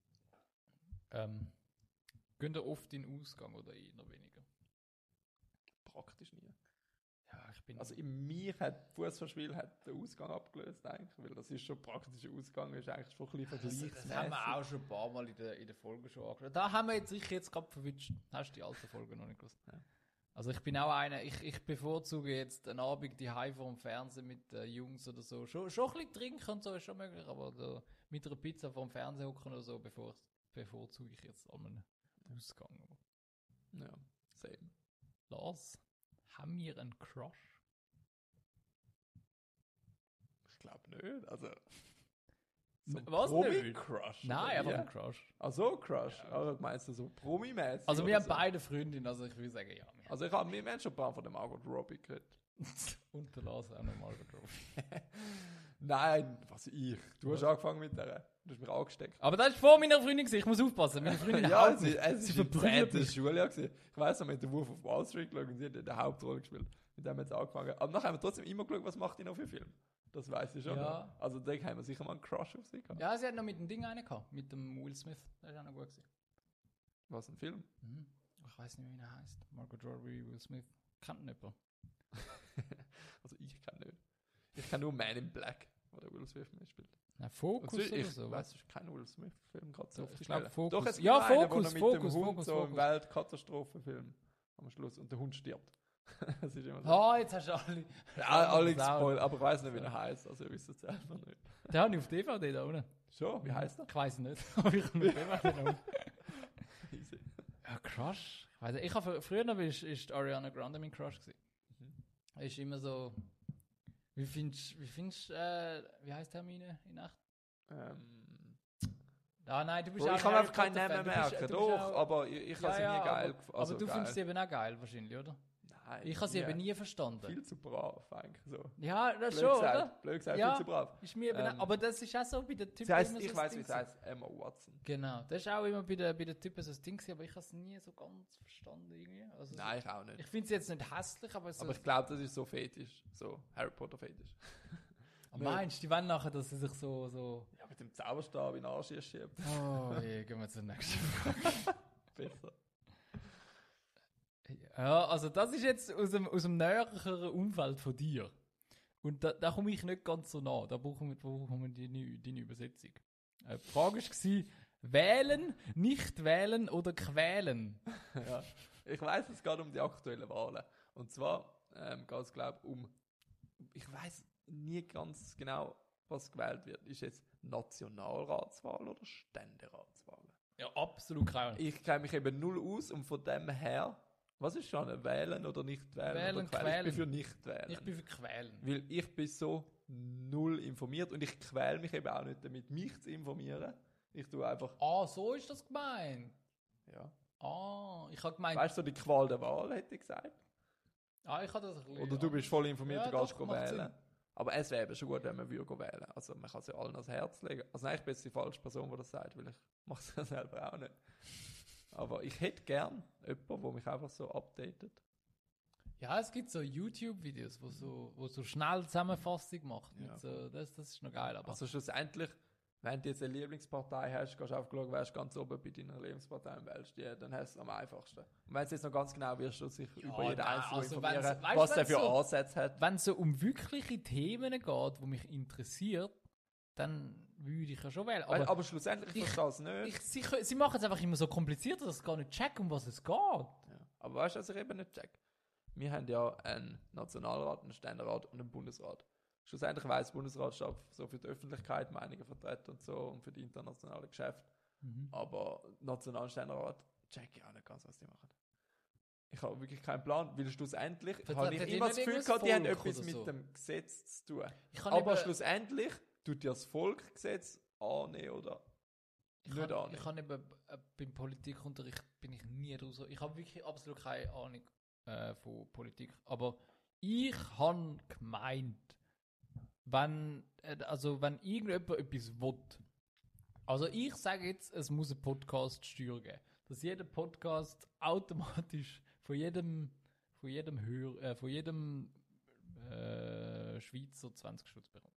Gehen ihr oft in den Ausgang oder eher weniger? Praktisch nie. Ja, ich bin... Also in mir hat Fußballspiel hat den Ausgang abgelöst eigentlich, weil das ist schon praktischer Ausgang, ist eigentlich schon ein bisschen das vergleichsmäßig. haben wir auch schon ein paar Mal in der Folge schon angeschaut. Da haben wir jetzt gerade verwünscht. Hast du die alte Folge noch nicht gewusst? Ja. Also ich bin auch einer, ich bevorzuge jetzt einen Abend die vor dem Fernsehen mit Jungs oder so. Schon ein bisschen trinken und so ist schon möglich, aber da, mit einer Pizza vor dem Fernsehen hocken oder so, bevorzuge ich jetzt an einen Ausgang. Ja, same. Lars, haben wir einen Crush? Ich glaube nicht. Also. Was nicht? Promi-Crush? Nein, oder einfach wie? ein Crush. Ach so, Crush. Ja. Also meinst du so Promi-mäßig? Also wir oder haben so? beide Freundinnen, also ich würde sagen, ja. Also wir haben schon ein paar von dem Margot Robbie gehört. Und der Lars auch nochmal getroffen. Nein, was ich? Du hast angefangen mit der. Du hast mich angesteckt. Aber das ist vor meiner Freundin gewesen. Ich muss aufpassen. Meine Freundin Ja, haut mich. es Sie ist im verprügelt 10. mich. Schuljahr gewesen. Ich weiss noch, mit der Wolf of Wall Street geschaut und sie hat in der Hauptrolle gespielt. Mit dem haben wir angefangen. Aber nachher haben wir trotzdem immer geschaut, was macht die noch für Film. Das weiss ich schon Ja. noch. Also da haben wir sicher mal einen Crush auf sie gehabt. Ja, sie hat noch mit dem Ding einen gehabt. Mit dem Will Smith. Der ist auch noch gut gewesen. Was, ein Film? Mhm. Ich weiß nicht, wie er heißt. Margot Robbie, Will Smith. Kennt nicht jemand. Also ich kann nicht. Ich kann nur Man in Black, wo der Will Smith mitspielt. Nein, Fokus Und oder ich so. weiss, es ist kein Will Smith-Film gerade so Ich auf die glaub, Schnelle. Fokus. Doch, es gibt Ja, noch einen, wo Fokus, er mit Fokus, dem Hund Fokus, so Fokus. einen Weltkatastrophenfilm am Schluss und der Hund stirbt. Das ist immer so. Ah, jetzt hast du alle. Ja, alle gespoilt, aber ich weiss nicht, wie er heißt. Also ich wüsste es selber nicht. Den habe ich auf DVD da unten. Schon, wie heißt er? Ich weiß nicht. Aber ich habe DVD da unten. Easy. Ja, Crush. Ich weiß nicht. Ich habe früher noch ist Ariana Grande mein Crush gewesen. Ist immer so. Wie findest wie heißt Hermine in echt? Ah nein, du bist Bro, auch ich kann ein einfach keinen Harry Namen Potter-Fan. Du merken. bist Doch, auch- aber ich habe sie nie geil gefunden. Aber du findest sie eben auch geil wahrscheinlich, oder? Nein, Ich habe sie eben nie verstanden. Viel zu brav, eigentlich so. Ja, das Blöd schon, gesagt, oder? blöd gesagt, Ja. viel zu brav. Ist mir eben Ähm, aber das ist auch so bei den Typen Sie heisst, immer so ich das weiss, Ding wie sie heißt, Emma Watson. Genau, das ist auch immer bei den Typen so das Ding gewesen, aber ich habe es nie so ganz verstanden irgendwie. Also Nein, ich auch nicht. ich finde sie jetzt nicht hässlich, aber so... Aber ich glaube, das ist so fetisch. So Harry Potter fetisch. Meinst du, die wollen nachher, dass sie sich so... Ja, mit dem Zauberstab in den Arsch schiebt. Oh je, gehen wir zur nächsten Frage. Besser. Ja, also das ist jetzt aus dem näheren Umfeld von dir. Und da komme ich nicht ganz so nah. Da brauchen wir deine Übersetzung. Die Frage war, wählen, nicht wählen oder quälen? Ja. Ich weiss, es geht um die aktuellen Wahlen. Und zwar geht es, glaube ich, ich weiss nie ganz genau, was gewählt wird. Ist jetzt Nationalratswahl oder Ständeratswahl? Ja, absolut keine Ahnung. Ich kenne mich eben null aus und von dem her, was ist schon, wählen oder nicht wählen? Wählen, oder quälen. Ich bin für nicht wählen. Ich bin für quälen. Weil ich bin so null informiert und ich quäle mich eben auch nicht damit, mich zu informieren. Ich tue einfach, Ah, so ist das gemeint. ja. Ah, ich habe gemeint... Weißt du, so die Qual der Wahl, hätte ich gesagt. Ah, ich habe das ein bisschen... Oder du bist voll informiert, Ja, du gehst doch, go macht wählen. Sinn. Aber es wäre eben schon gut, wenn man würde go wählen. Also man kann es ja allen ans Herz legen. Also nein, ich bin jetzt die falsche Person, die das sagt, weil ich mache es ja selber auch nicht. Aber ich hätte gern jemanden, der mich einfach so updatet. Ja, es gibt so YouTube-Videos, wo so schnell Zusammenfassung macht. Ja. Mit so, das ist noch geil. Aber Also schlussendlich, wenn du jetzt eine Lieblingspartei hast, gehst du einfach schauen, wer ist ganz oben bei deiner Lieblingspartei und wählst die, dann hast du es am einfachsten. Und wenn es jetzt noch ganz genau wirst, du sich über jeden nein, Einzelnen also informieren, wenn's- weißt, was der wenn's für so- Ansätze hat. wenn es so um wirkliche Themen geht, die mich interessiert, dann würde ich ja schon wählen. Aber schlussendlich ich- verstehe ich es nicht. Sie machen es einfach immer so kompliziert, dass ich gar nicht check, um was es geht. Ja. Aber weißt du, was ich eben nicht check? Wir haben ja einen Nationalrat, einen Ständerat und einen Bundesrat. schlussendlich weiss der Bundesratsstab so für die Öffentlichkeit Meinungen vertreten und so und für die internationalen Geschäfte. Aber Nationalständerat check ich auch nicht ganz, was die machen. Ich habe wirklich keinen Plan, weil schlussendlich habe ich immer das Gefühl gehabt, die haben etwas mit dem Gesetz zu tun. Aber schlussendlich tut ja das Volk Gesetz annehmen oder nicht annehmen. Ich habe eben beim Politikunterricht bin ich nie raus. Ich habe wirklich absolut keine Ahnung von Politik. Aber ich habe gemeint, wenn irgendjemand etwas will, also ich sage jetzt, es muss eine Podcast-Steuer geben, dass jeder Podcast automatisch von jedem Schweizer 20 Stutz bekommt.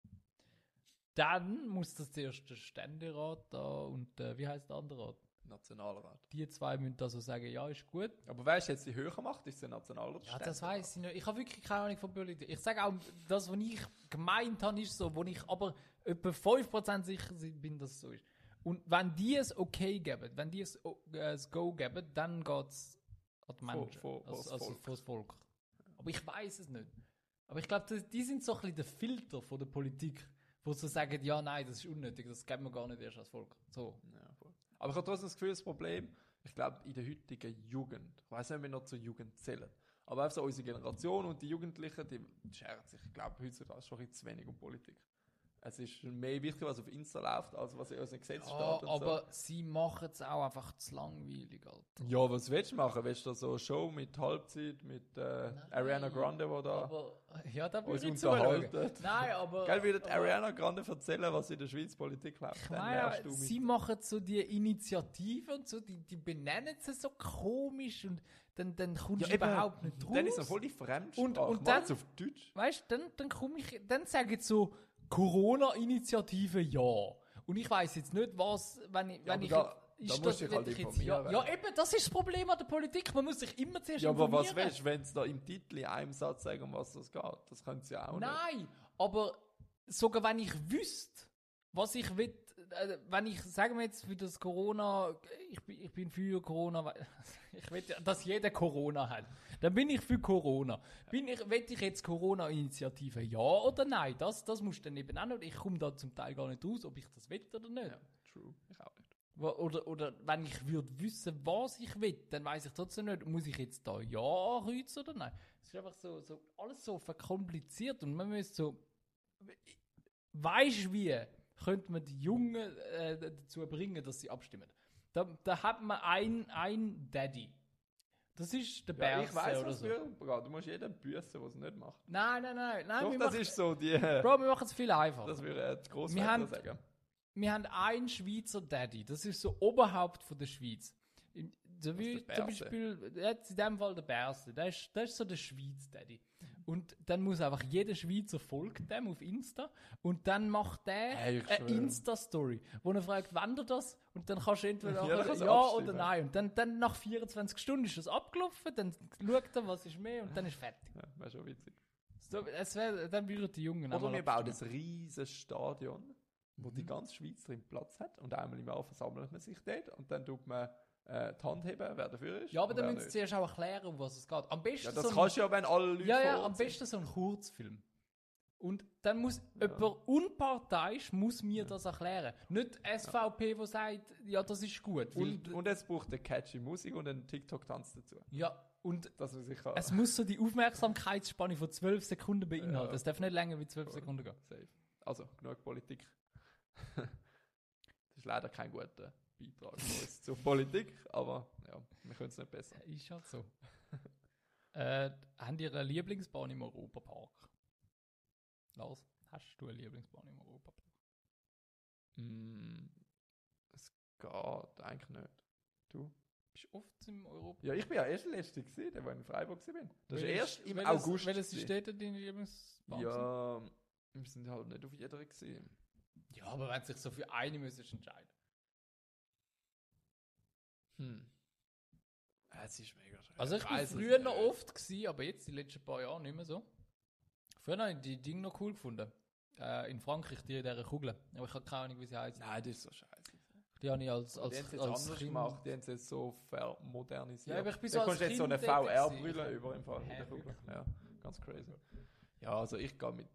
Dann muss das zuerst der Ständerat da und wie heißt der andere Rat? Nationalrat. Die zwei müssen also sagen, ja, ist gut. Aber wer jetzt die höher macht, ist der Nationalrat. Ja, das weiss ich nicht. Ich habe wirklich keine Ahnung von Politik. Ich sage auch, das, was ich gemeint habe, ist so, wo ich aber etwa 5% sicher bin, dass es so ist. Und wenn die es okay geben, wenn die es Go geben, dann geht es an die Menschen, vor das Volk. Aber ich weiß es nicht. Aber ich glaube, die sind so ein bisschen der Filter von der Politik, wo sie sagen, ja, nein, das ist unnötig, das geben wir gar nicht erst als Volk. So. Ja, voll. Aber ich habe trotzdem das Gefühl, das Problem, ich glaube, in der heutigen Jugend, ich weiss nicht, ob wir noch zur Jugend zählen, aber einfach so unsere Generation und die Jugendlichen, die scheren sich, ich glaube, heutzutage schon ein bisschen zu wenig um Politik. Es ist mehr wichtig, was auf Insta läuft, als was in unserem Gesetz steht. Aber sie machen es auch einfach zu langweilig, Alter. Ja, was willst du machen? Willst du da so eine Show mit Halbzeit, mit Ariana Grande, die da uns unterhalten? Nein, aber... Gell, würde Ariana Grande erzählen, was in der Schweiz Politik läuft? Ich meine, sie machen so die Initiative und so, die benennen sie so komisch und dann kommst du überhaupt nicht raus. Dann ist es voll die Fremdsprache. Und dann, auf Deutsch. Weißt du, dann sagen sie so, Corona-Initiative, ja. Und ich weiss jetzt nicht, was, wenn ich da musst du dich halt informieren. Ja, eben, das ist das Problem an der Politik. Man muss sich immer zuerst informieren. informieren. Ja, aber was willst du, wenn es da im Titel in einem Satz sagen, um was das geht? Das können sie auch nicht. Nein, aber sogar wenn ich wüsste, was ich will, wenn ich, sagen wir jetzt für das Corona, ich bin für Corona, ich will, dass jeder Corona hat, dann bin ich für Corona. Will ich jetzt Corona-Initiative ja oder nein? Das musst du dann eben auch nicht. Ich komme da zum Teil gar nicht raus, ob ich das will oder nicht. Ja, true, ich auch nicht. Oder wenn ich würde wissen, was ich will, dann weiß ich trotzdem nicht, muss ich jetzt da ja ankreuzen oder nein? Es ist einfach so alles so verkompliziert und man müsste so, weisst wie könnte man die Jungen dazu bringen, dass sie abstimmen. Da hat man ein Daddy. Das ist der Berse ich weiss, oder was so. du musst jeden büssen, der es nicht macht. Nein. Doch, das ist so die... Bro, wir machen es viel einfacher. Das würde die Grossväter sagen. Wir haben einen Schweizer Daddy. Das ist so Oberhaupt von der Schweiz. Zum Beispiel, jetzt in dem Fall der Berse. Das ist so der Schweiz Daddy. Und dann muss einfach jeder Schweizer folgt dem auf Insta und dann macht der eine Insta-Story, wo er fragt, wann du das? Und dann kannst du entweder ja oder nein. Und dann nach 24 Stunden ist das abgelaufen, dann schaut er, was ist mehr und dann ist fertig. Ja, wäre schon witzig. So, dann würden die Jungen oder wir bauen ein riesiges Stadion, wo die ganze Schweiz drin Platz hat und einmal im Jahr versammelt man sich dort und dann tut man die Hand heben, wer dafür ist. Ja, aber dann müssen sie zuerst auch erklären, um was es geht. Am besten ja, das kannst du ja, wenn alle Leute Ja, am besten so ein Kurzfilm. Und dann muss jemand unparteiisch muss mir das erklären. Nicht SVP, der sagt, ja, das ist gut. Und es braucht eine catchy Musik und einen TikTok-Tanz dazu. Ja, und dass man sich es muss so die Aufmerksamkeitsspanne von 12 Sekunden beinhalten. Es darf nicht länger wie 12 Sekunden gehen. Safe. Also, genug Politik. Das ist leider kein guter Beitrag von uns zur Politik, aber ja, wir können es nicht besser. Ist halt so. Habt ihr eine Lieblingsbahn im Europapark? Lars, hast du eine Lieblingsbahn im Europapark? Es geht eigentlich nicht. Du? Bist du oft im Europapark? Ja, ich bin ja erst letzte gewesen, der in Freiburg war. Das ist erst im August. Welches steht denn deine Lieblingsbahn? Ja, wir sind halt nicht auf jeder gewesen. Ja, aber wenn sich so für eine müsstest entscheiden. Es ist mega schön. Also ich war früher noch oft gewesen, aber jetzt die letzten paar Jahre nicht mehr so. Früher habe ich die Dinge noch cool gefunden. In Frankreich, die in dieser Kugel. Aber ich habe keine Ahnung, wie sie heißen. Nein, das ist so scheiße. Die habe ich als die haben es jetzt anders gemacht, die haben es jetzt so modernisiert. Ja, aber ich bin so da kommst du jetzt so eine VR-Brille über im Fall. Ja, ganz crazy. Ja, also ich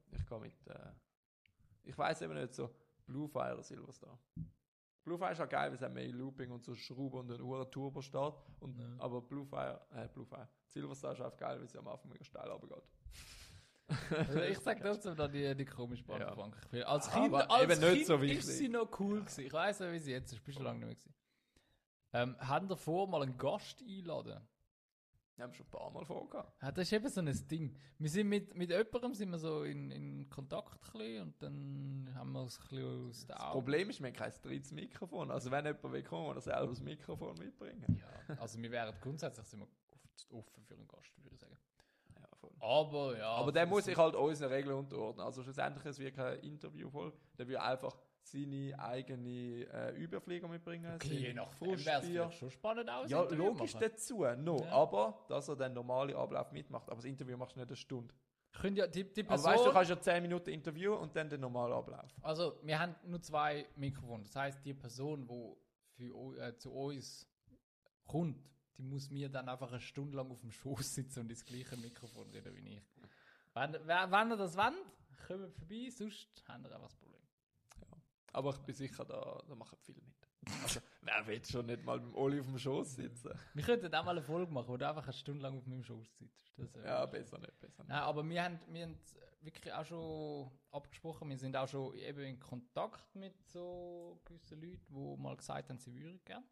weiss eben nicht, so Bluefire oder Silverstar. Bluefire ist auch geil, weil es auch mehr Looping und so Schrauben und ein Uhren Turbo steht. Und, Ja. Aber Bluefire. Silverstar ist auch geil, weil es am Anfang mega steil runtergeht. Also ich sag trotzdem noch die komische Bahnbank. Ja. Als Aber Kind, eben nicht so wichtig. ist sie noch cool gewesen. Ich weiss nicht, wie sie jetzt ist. Bist du lange nicht mehr gewesen. Haben wir vor, mal einen Gast einladen? Wir haben schon ein paar Mal vorgehabt. Ja, das ist eben so ein Ding. Wir sind mit jemandem sind wir so in Kontakt ein bisschen, und dann haben wir es ein bisschen aus den Das Augen. Problem ist, wir haben kein drittes Mikrofon. Also wenn jemand will kommen, kann er selber das Mikrofon mitbringen. Ja, also wir wären grundsätzlich sind wir offen für einen Gast, würde ich sagen. Ja, voll. Aber ja. Aber der muss sich halt unseren Regeln unterordnen. Also schlussendlich ist es wie kein Interview voll. Der will einfach seine eigene Überflieger mitbringen. Okay, je seine nach wäre es Frustbier. vielleicht schon spannend aus. Ja, logisch dazu. No. Ja. Aber, dass er den normalen Ablauf mitmacht. Aber das Interview machst du nicht eine Stunde. Könnt ja die Aber Person. weißt du, kannst ja 10 Minuten Interview und dann den normalen Ablauf. Also, wir haben nur 2 Mikrofone. Das heisst, die Person, die zu uns kommt, die muss mir dann einfach eine Stunde lang auf dem Schoß sitzen und ins gleiche Mikrofon reden wie ich. Wenn ihr das wollt, kommt vorbei, sonst habt ihr einfach das Problem. Aber ich bin sicher, da machen viele mit. Also, wer will schon nicht mal mit dem Oli auf dem Schoß sitzen? Wir könnten auch mal eine Folge machen, wo du einfach eine Stunde lang auf meinem Schoß sitzt. Das wäre Ja, schön. besser nicht. Nein, aber wir haben wirklich auch schon abgesprochen, wir sind auch schon eben in Kontakt mit so gewissen Leuten, die mal gesagt haben, sie würden gerne.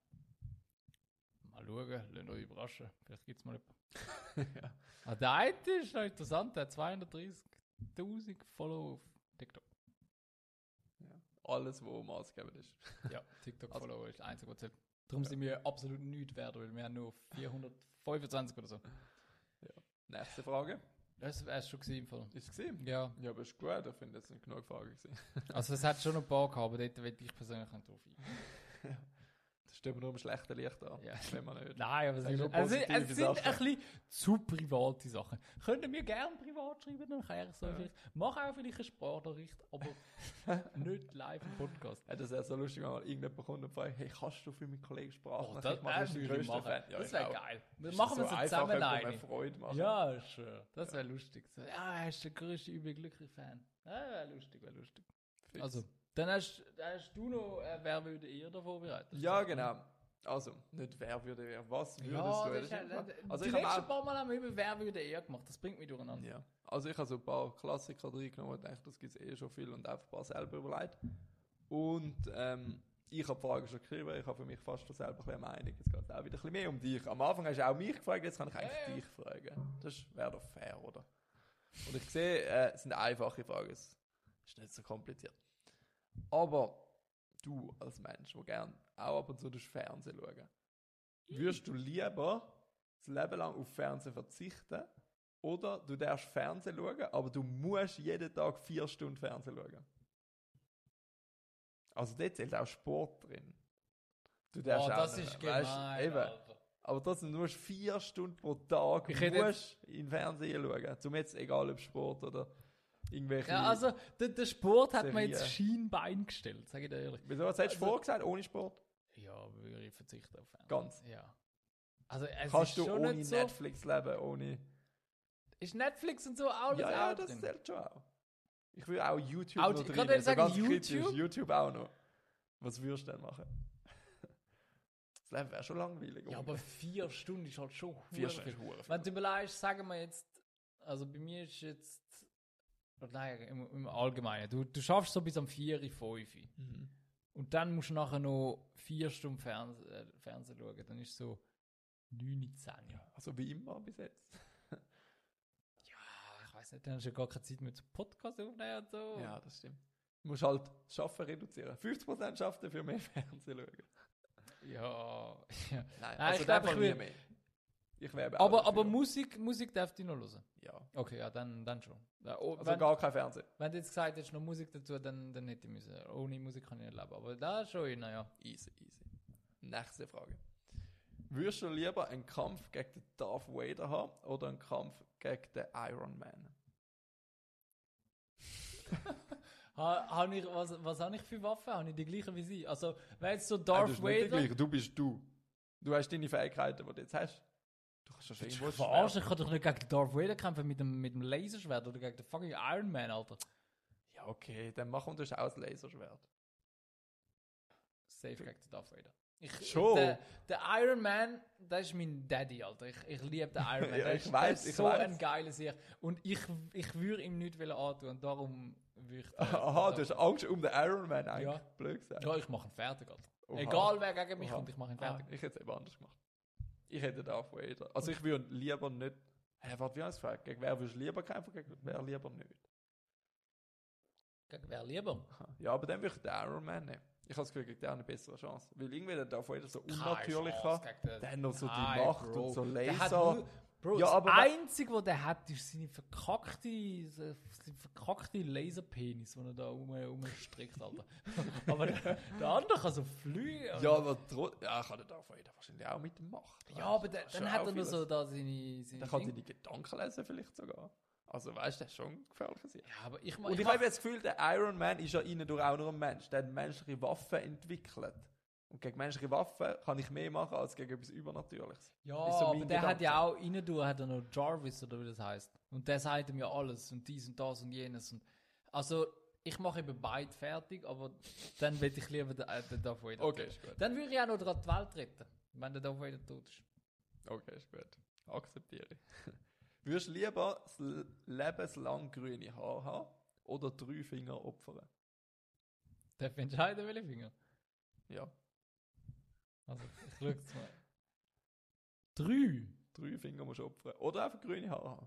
Mal schauen, lasst euch überraschen. Vielleicht gibt es mal jemanden. Ja. Ah, der eine ist noch interessant, der hat 230.000 Follower auf TikTok. Alles, was maßgebend ist. Ja, TikTok-Follower ist das Einzige, was zählt. Darum sind wir absolut nichts wert, weil wir haben nur 425 oder so. Nächste Frage. Das wäre es schon gewesen im Fall. Ist es gesehen? Ja, Ja, aber ist gut. Ich finde, das sind genug Fragen gewesen. also es hat schon ein paar gehabt, aber dort will ich persönlich nicht drauf eingehen. Das steht mir nur im schlechten Licht an. Ja. Das will man nicht. Nein, aber Sag es nur sind ein positive Sachen. bisschen zu private Sachen. Könnt ihr mir gerne privat schreiben, dann kann ich so Ja. vielleicht. Mach auch vielleicht eine Sprachnachricht, aber nicht live im Podcast. Ja, das wäre so lustig, wenn mal irgendjemand kommt und fragt, hey, kannst du für meinen Kollegen Sprachen? Oh, das würde ich machen. Ja, Das ich wäre auch. geil. Wir Das machen ist wir so einfach, zusammen jemandem eine eine. Freude machen. Ja, schön. Das wäre lustig. So, ja, er ist der größte, übelglückliche Fan. Ja, wäre lustig, wäre lustig. Fix. Also, dann hast du noch, wer würde eher davor vorbereitet? Ja, genau. Also, nicht wer würde wer, was würdest Ja, du? das ist Das ist ja, einfach- also ich die habe letzten auch- paar Mal haben wir immer wer würde eher gemacht. Das bringt mich durcheinander. Ja. Also ich habe so ein paar Klassiker reingenommen und dachte, das gibt es eh schon viel und einfach ein paar selber überlegt. Und ich habe die Frage schon geschrieben, ich habe für mich fast schon selber ein bisschen eine Meinung. Jetzt geht es auch wieder ein bisschen mehr um dich. Am Anfang hast du auch mich gefragt, jetzt kann ich eigentlich Ja. dich fragen. Das wäre doch fair, oder? Und ich sehe, es sind einfache Fragen, es ist nicht so kompliziert. Aber du als Mensch, der gerne auch ab und zu das Fernsehen schauen, würdest du lieber das Leben lang auf Fernsehen verzichten oder du darfst Fernsehen schauen, aber du musst jeden Tag 4 Stunden Fernsehen schauen? Also dort zählt auch Sport drin. Du darfst auch das nicht, ist weißt, gemein, eben. Alter. Aber trotzdem, du musst 4 Stunden pro Tag Ich hätte musst in den Fernsehen schauen. Zum jetzt, egal ob Sport oder irgendwelche... Ja, also der Sport hat mir Serie. jetzt Schienbein gestellt, sage ich dir ehrlich. Wieso, was hättest du Also- vorgesagt, ohne Sport? Ja, würde ich verzichten auf Fernsehen. Ganz. Ja. Also es Kannst ist du schon ohne nicht so... Netflix leben, ohne... Ist Netflix und so alles Ja, auch das drin? zählt schon auch. Ich will auch YouTube Auch noch die- drin. kann ich sagen, ganz kritisch, YouTube? YouTube auch noch. Was würdest du denn machen? Das Leben wäre schon langweilig. Ja, aber 4 Stunden ist halt schon 4 hure Stunden viel. ist hure viel. Wenn du überlegst, sagen wir jetzt, also bei mir ist jetzt, oder nein, im Allgemeinen, du schaffst so bis am 4, 5. Mhm. Und dann musst du nachher noch 4 Stunden Fernsehen schauen, dann ist so 9, 10. Ja, Also wie immer bis jetzt. ich weiß nicht, dann hast du ja gar keine Zeit mehr zu Podcast aufnehmen und so. Ja, das stimmt. Du musst halt das Schaffen reduzieren. 50% schaffen für mehr Fernsehen schauen. Ja. ja. Nein, Nein, also ich der glaub, Fall ich nie will- mehr. Ich wäre auch Aber dafür. Musik darf ich noch hören. Ja. Okay, ja, dann schon. Ja, Also gar kein Fernsehen. wenn du jetzt gesagt hättest, noch Musik dazu, dann hätte ich müssen. Ohne Musik kann ich nicht leben. Aber da schon, naja. Easy. Nächste Frage. Würdest du lieber einen Kampf gegen den Darth Vader haben oder einen Kampf gegen den Iron Man? Was habe ich für Waffen? Habe ich die gleichen wie sie? Also, wenn jetzt so Das Darth ist nicht der Vader... gleiche. Du bist du. Du hast deine Fähigkeiten, die du jetzt hast. Du kannst ja Ich irgendwo verarsche, ich kann doch nicht gegen den Darth Vader kämpfen mit dem Laserschwert oder gegen den fucking Iron Man, Alter. Ja, okay, dann machen wir das auch das Laserschwert. Safe gegen den Darth Vader. Schon? Der Iron Man, das ist mein Daddy, Alter. Ich liebe den Iron Man. Ja, Der ich ist- weiss, der ist ich so weiss. ein geiler Sieg. Und ich würde ihm nichts antun und darum würde ich... Aha, du hast Angst um den Iron Man eigentlich. Ja. Blöd gesagt. Ja, ich mache ihn fertig, Alter. Oha. Egal wer gegen mich Oha. kommt, ich mache ihn fertig. Ich hätte es eben anders gemacht. Ich hätte Darth Vader. Also ich würde lieber nicht... Hä, warte, wie heißt es gefragt? Gegen wer würdest du lieber kämpfen, gegen wer lieber nicht? Gegen wer lieber? Aha. Ja, aber dann würde ich den Iron Man nehmen. Ich habe das Gefühl, gegen den eine bessere Chance. Weil irgendwie der Darth Vader so unnatürlicher, der hat noch so die Macht und so Der hat Laser. nur, Bro, Ja, das aber- Einzige, was der hat, ist seine verkackte Laserpenis, den er da rumstrickt, Alter. Aber der andere kann so fliegen. Ja, aber kann der Darth Vader wahrscheinlich auch mit der Macht. Ja, aber dann Schon hat auch er nur vieles. so da seine Der kann Ding. deine Gedanken lesen vielleicht sogar. Also weißt du, das ist schon gefährlich. Ja, aber ich Und ich habe jetzt das Gefühl, der Iron Man ist ja innen durch auch nur ein Mensch. Der hat menschliche Waffen entwickelt. Und gegen menschliche Waffen kann ich mehr machen als gegen etwas Übernatürliches. Ja, Ist so aber mein der hat Gedanke. ja auch innen durch, hat er noch Jarvis oder wie das heißt. Und der sagt ihm ja alles und dies und das und jenes. Und also, ich mache eben beide fertig, aber dann will ich lieber den Darth Vader. Okay, ist gut. Dann würde ich auch noch gerade die Welt retten, wenn der Darth Vader tot ist. Okay, ist gut. Akzeptiere ich. Würdest du lieber das lebenslang grüne Haar haben oder 3 Finger opfern? Darf ich entscheiden, welche Finger? Ja, Also, ich schaue jetzt mal. 3? 3 Finger musst du opfern. Oder einfach grüne Haare haben.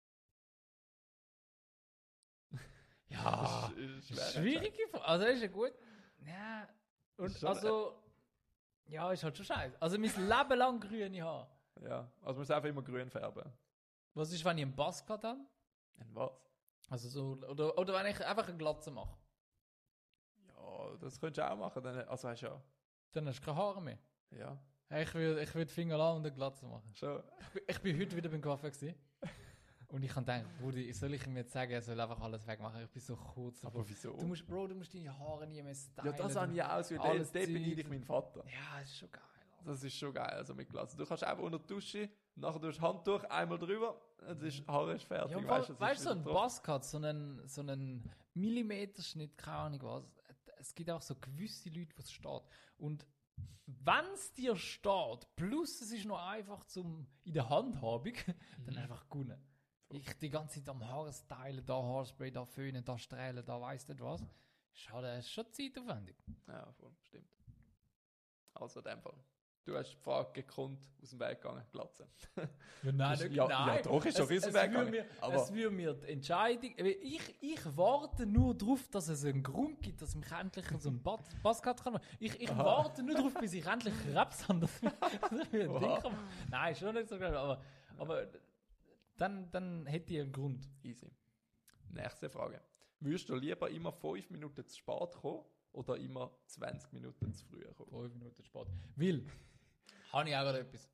Ja, ist schwer. schwierige Frage. Also, ist ja gut. Ja, und Ist schon- also, ja, ist halt schon scheiße. Also, mein Leben lang grüne Haare. Ja, also man muss einfach immer grün färben. Was ist, wenn ich einen Buzzcut habe? Und was? Also so, oder wenn ich einfach eine Glatze mache. Ja, das könntest du auch machen. Dann, also hast du ja. Dann hast du keine Haare mehr. Ja, Hey, ich will die Finger lang und eine Glatze machen. schon. Ich bin heute wieder beim Kaffee gewesen. Und ich kann denken, Brudi, soll ich ihm jetzt sagen, er soll einfach alles wegmachen? Ich bin so kurz davor. Aber wieso? Du musst deine Haare nie mehr stylen. Ja, das habe ich ja ausgewählt. Alles Dort bin Zeug. ich mein Vater. Ja, das ist schon geil. Alter. Das ist schon geil, also mit Glatze. Du kannst einfach unter die Dusche, nachher tust du Handtuch, einmal drüber, und das Haar ist fertig. Ja, weißt du, weißt du, so ein wieder trocken. Buzzcut, so einen Millimeterschnitt, keine Ahnung was. Es gibt auch so gewisse Leute, wo es steht. Und wenn es dir steht, plus es ist noch einfach in der Handhabung, dann einfach gut. Ich die ganze Zeit am Haare stylen, da Haarspray, da föhnen, da strählen, da weiss nicht was. Schade, es ist schon zeitaufwendig. Ja, voll, stimmt. Also in dem Fall. Du hast die Frage gekonnt aus dem Weg gegangen, Glatze. Ja, nein, Das- ja, doch, ist doch aus dem Weg gegangen. Aber- Es würde mir die Entscheidung... Ich warte nur darauf, dass es einen Grund gibt, dass ich endlich so einen Buzzcut kann machen. Ich warte nur darauf, bis ich endlich Raps habe, dass ich mir ein Ding Oha. kann machen. Nein, schon nicht so geil, aber dann hätte ich einen Grund. Easy. Nächste Frage. Würdest du lieber immer 5 Minuten zu spät kommen oder immer 20 Minuten zu früh kommen? 5 Minuten Sport. Weil, habe ich auch gerade etwas.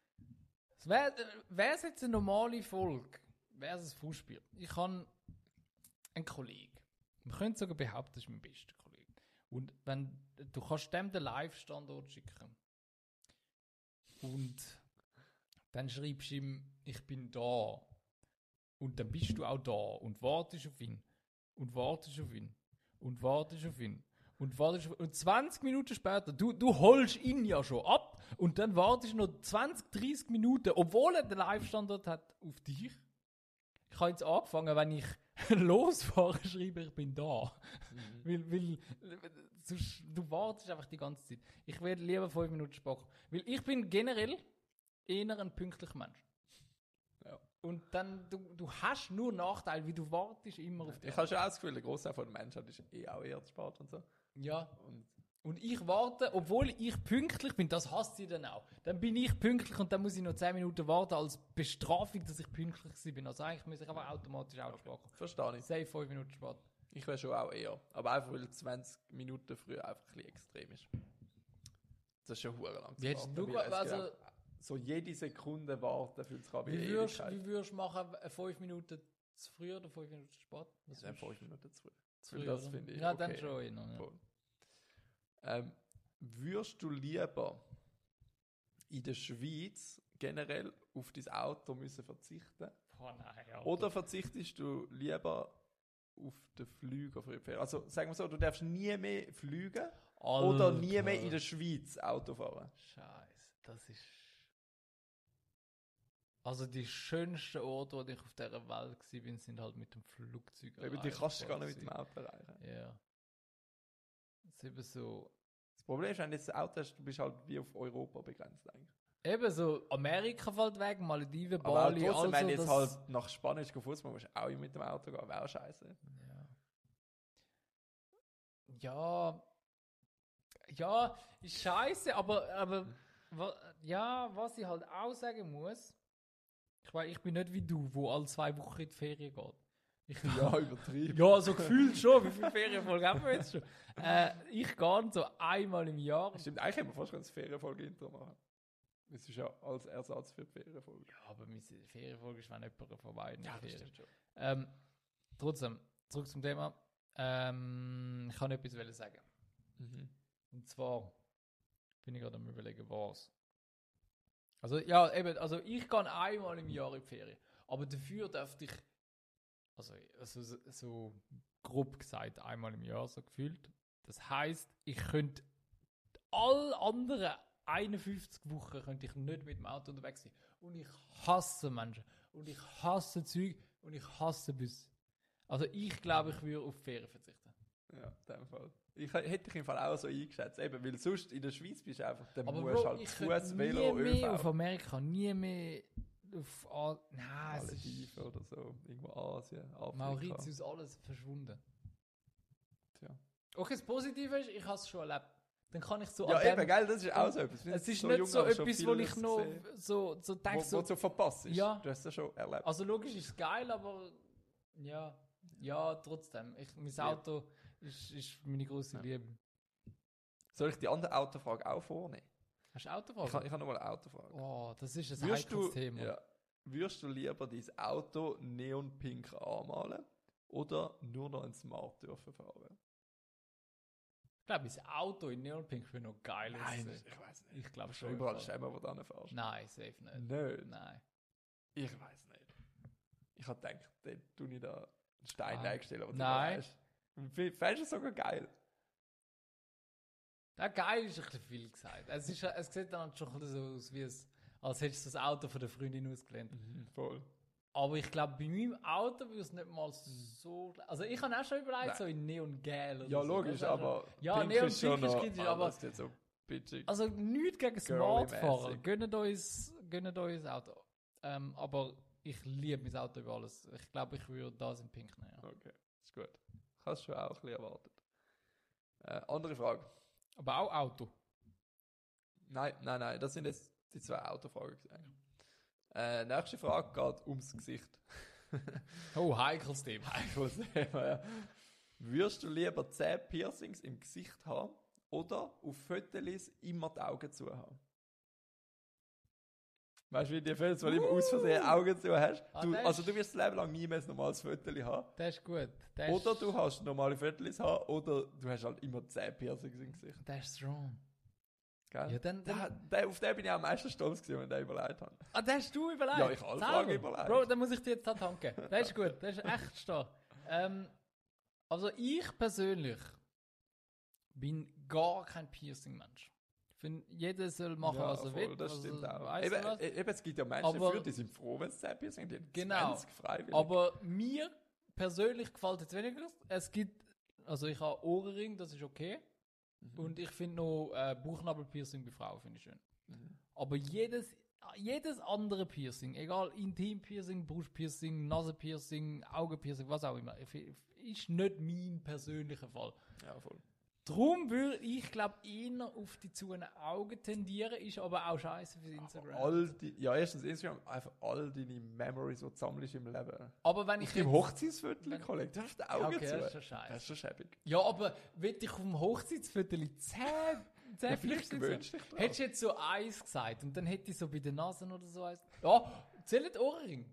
Wäre es jetzt eine normale Folge, wäre es ein Fußspiel. Ich habe einen Kollegen. Man könnte sogar behaupten, das ist mein bester Kollege. Und wenn du kannst dem den Live-Standort schicken. Und dann schreibst du ihm, ich bin da. Und dann bist du auch da und wartest auf ihn. Und wartest auf ihn. Und wartest auf ihn. Und wartest auf ihn. Und 20 Minuten später, du holst ihn ja schon ab. Und dann wartest du noch 20, 30 Minuten, obwohl er den Live-Standort hat, auf dich. Ich habe jetzt angefangen, wenn ich losfahre, schreibe ich bin da. Weil sonst, du wartest einfach die ganze Zeit. Ich werde lieber 5 Minuten spät kommen. Weil ich bin generell eher ein pünktlicher Mensch. Ja. Und dann, du hast nur Nachteile, wie du wartest immer auf dich. Ich habe schon auch das Gefühl, der Großteil von den Menschen ist auch eher zu spät und so. Ja. Und Und ich warte, obwohl ich pünktlich bin, das hasst sie dann auch. Dann bin ich pünktlich und dann muss ich noch 10 Minuten warten als Bestrafung, dass ich pünktlich bin. Also eigentlich muss ich aber automatisch auch spät kommen. verstehe ich. Safe 5 Minuten spät. Ich wäre schon auch eher. Aber einfach, weil 20 Minuten früher einfach ein bisschen extrem ist. Das ist schon hure lang. Wie hättest warten, du weil es also- geht auch- so jede Sekunde warten fühlt sich an wie Wie würdest Ewigkeit. du machen, 5 Minuten zu früh oder 5 Minuten zu spät? Das sind 5 Minuten zu früh. früh, Das oder? finde ich Ja, okay. dann schon. Ja. Voll. Würdest du lieber in der Schweiz generell auf dein Auto müssen verzichten? Oh nein, Alter. Oder verzichtest du lieber auf den Flüger für die Ferien? Also sagen wir so, du darfst nie mehr fliegen oder nie mehr in der Schweiz Auto fahren. Scheiße, das ist... Also die schönsten Orte, wo ich auf dieser Welt war, sind halt mit dem Flugzeug. Eben, die kannst du gar nicht mit dem Auto erreichen. Ja. Das ist eben so... Das Problem ist, wenn du jetzt ein Auto hast, du bist halt wie auf Europa begrenzt eigentlich. Eben so, Amerika fällt weg, Malediven, Aber auch Bali, trotzdem, wenn du jetzt das... halt nach Spanisch Fußball musst, du auch mit dem Auto gehen, wäre auch scheiße. Ja. Ja, ist scheiße, aber was ich halt auch sagen muss, ich bin nicht wie du, wo alle 2 Wochen in die Ferien geht. Ja, übertrieben. Ja, so gefühlt schon. Wie viele Ferienfolgen haben wir jetzt schon? Ich gehe so einmal im Jahr. Stimmt, eigentlich haben wir fast eine Ferienfolge-Intro machen. Das ist ja als Ersatz für die Ferienfolge. Ja, aber meine Ferienfolge ist, wenn jemand vorbei in der Ja, das Ferien. stimmt schon. Trotzdem, zurück zum Thema. Ich kann etwas sagen. Mhm. Und zwar bin ich gerade am Überlegen, was. Also, ja, eben, also ich gehe einmal im Jahr in die Ferien. Aber dafür dürfte ich, also so grob gesagt, einmal im Jahr so gefühlt. Das heisst, ich könnte alle anderen 51 Wochen könnte ich nicht mit dem Auto unterwegs sein. Und ich hasse Menschen. Und ich hasse Zeug. Und ich hasse Bus. Also ich glaube, ich würde auf die Ferien verzichten. Ja, in dem Fall. Ich hätte dich im Fall auch so eingeschätzt. Eben, weil sonst in der Schweiz bist du einfach, dann Aber musst Bro, halt ich Fuß, könnte Velo, nie mehr ÖV. auf Amerika, nie mehr auf... Nein, es ist... Malediven oder so. Irgendwo Asien, Afrika. Mauritius, alles verschwunden. Tja. Okay, das Positive ist, ich habe es schon erlebt. Dann kann ich so... Ja, an dem- eben, gell, das ist auch so etwas. Es ist so nicht jung, so aber schon etwas, wo ich vieles noch gesehen. so denke, Wo du verpasst ist. Ja. Du hast es ja schon erlebt. Also logisch ist es geil, aber ja, trotzdem. Mein Auto ist meine grosse Liebe. Soll ich die andere Autofrage auch vornehmen? Hast du Autofahrer? Ich habe noch mal eine Autofrage. Oh, das ist ein Würdest heikles du, Thema. ja, würdest du lieber dein Auto neonpink anmalen oder nur noch ein Smart dürfen fahren? Ich glaube, mein Auto in Neonpink würde noch geil aussehen. ich weiß nicht. Ich glaube Schon schon. überall Schämen, wo du hinfährst. Nein, safe nicht. Nicht? Nein. Ich weiß nicht. Ich habe gedacht, dann tue ich da einen Stein eingestellt, aber Nein. Fändest du es sogar geil? Ja, geil ist ein bisschen viel gesagt. Es sieht dann schon ein bisschen so aus, als hättest du das Auto von der Freundin ausgelehnt. Voll. Aber ich glaube, bei meinem Auto würde es nicht mal so... Also ich habe auch schon überlegt, Nein. so in Neon-Gel oder Ja, so. logisch, Das ist aber Ja, pink Neon ist schon Pink ist noch kritisch, aber- anders, jetzt so bitchig. Also nichts gegen Girly-mäßig. Smartfahren. Gönnt euch ein Auto. Aber ich liebe mein Auto über alles. Ich glaube, ich würde das in Pink nehmen. Ja. Okay, ist gut. Ich habe es schon auch ein bisschen erwartet. Andere Frage. Aber auch Auto. Nein, das sind jetzt die 2 Autofragen. Nächste Frage geht ums Gesicht. Oh, heikles Thema. Heikles Thema, ja. Würdest du lieber 10 Piercings im Gesicht haben oder auf Fotos immer die Augen zu haben? Weißt du, wie die Fotos, wo du immer aus Versehen Augen zu hast? Du wirst das Leben lang nie mehr ein normales Foto haben. Das ist gut. Oder du hast normale Fotos haben oder du hast halt immer 10 Piercings im Gesicht. Das ist strong. Gell? Ja, dann- Auf den bin ich am meisten stolz gewesen, wenn ich den überlegt habe. Ah, das hast du überlegt? Ja, ich habe alle Selber? Fragen überlegt. Bro, dann muss ich dir jetzt da tanken. Das ist gut, das ist echt stark. Also ich persönlich bin gar kein Piercing-Mensch. Ich finde, jeder soll machen, was er will. Das also, stimmt auch. weißt du was? Eben, es gibt ja Menschen Aber- dafür, die sind froh, wenn es 10 Piercings sind. Die haben Genau. 20 freiwillig. Aber mir persönlich gefällt jetzt weniger. Es gibt, also ich habe Ohrenring, das ist okay. Und ich finde noch Bauchnabelpiercing bei Frauen finde ich schön. Aber jedes andere Piercing, egal Intimpiercing, Brustpiercing, Nasenpiercing, Augenpiercing, was auch immer, ist nicht mein persönlicher Fall. Ja, voll. Darum würde ich, glaube eher auf die zu den Augen tendieren, ist aber auch scheiße für Instagram. Erstens Instagram, einfach all deine Memories, die du sammelst im Leben. Aber wenn ich Auf deinem Hochzeitsviertel, Kollege, du hast die Augen Okay, zu. das ist schon scheiße. Das ist schon schäbig. Ja, aber will ich auf dem Hochzeitsviertel 10 Vielleicht Piercings gewöhnst du haben? dich dran. Hättest du jetzt so eins gesagt und dann hätte ich so bei den Nasen oder so eins. Ja, zählt Ohrring.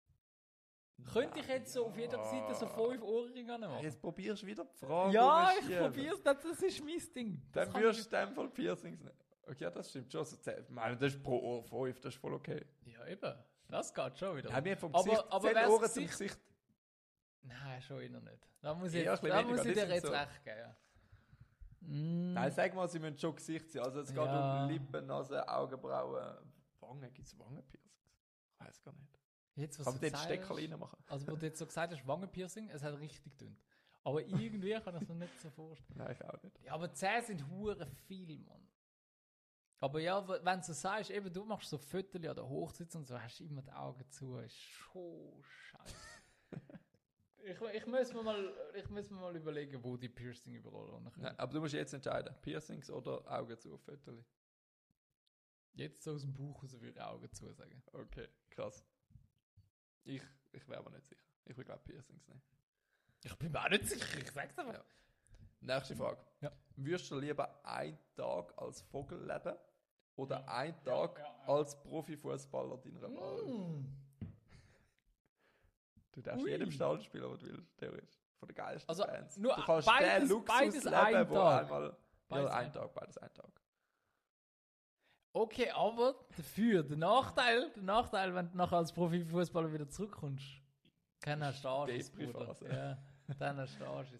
Könnte ich jetzt so auf jeder Seite so 5 Ohrringe machen? Jetzt probierst du wieder die Frage. Ja, zu ich schieben. probiere es, das ist mein Ding. Dann kann wirst ich- du in dem Fall Piercings nehmen. Okay, ja, das stimmt schon. Also, ich meine, das ist pro Ohr 5, das ist voll okay. Ja, eben. Das geht schon wieder. Haben wir vom Aber- Gesicht, aber 10 wär's Ohren zum Gesicht- Gesicht. Nein, schon immer nicht. Da muss Eher ich, ein da bisschen muss ich weniger, dir die jetzt sind so- recht geben. Ja. Nein, sag mal, sie müssen schon Gesicht sein. Also es geht Ja. um Lippen, Nase, Augenbrauen, Wangen. Gibt es Wangenpiercings? Ich weiß gar nicht. Jetzt, was Kann du man den gesagt Stecker hast- reinmachen? Also, wo du jetzt so gesagt hast, Wangenpiercing, es hat richtig dünn. Aber irgendwie kann ich es mir nicht so vorstellen. Nein, ich auch nicht. Ja, aber 10 sind hure viel, Mann. Aber ja, wenn du so sagst, eben, du machst so Fotos an der Hochzeit und so, hast du immer die Augen zu, ist schon scheiße. ich muss mir mal überlegen, wo die Piercing überall kommen. Nein, aber du musst jetzt entscheiden. Piercings oder Augen zu, Fotos. Jetzt so aus dem Bauch raus würde ich Augen zu sagen. Okay, krass. Ich wäre aber nicht sicher. Ich will glaube Piercings nicht. Ich bin mir auch nicht sicher, ich sag's aber. Ja. Nächste Frage. Ja. Würdest du lieber einen Tag als Vogel leben oder Ja. einen Tag Ja. als Profifußballer deiner Wahl? Du darfst Ui. jedem Stall spielen, was du willst, theoretisch. Von den geilsten Also, Fans. nur du kannst beides- den Luxus beides leben, einen wo Tag. einmal... Beides ja, ein- einen Tag, beides einen Tag. Okay, aber dafür, der Nachteil, wenn du nachher als Profifußballer wieder zurückkommst, keiner Startschuss, Bruder. Depri-Phase. Ja, dann ein Startschuss.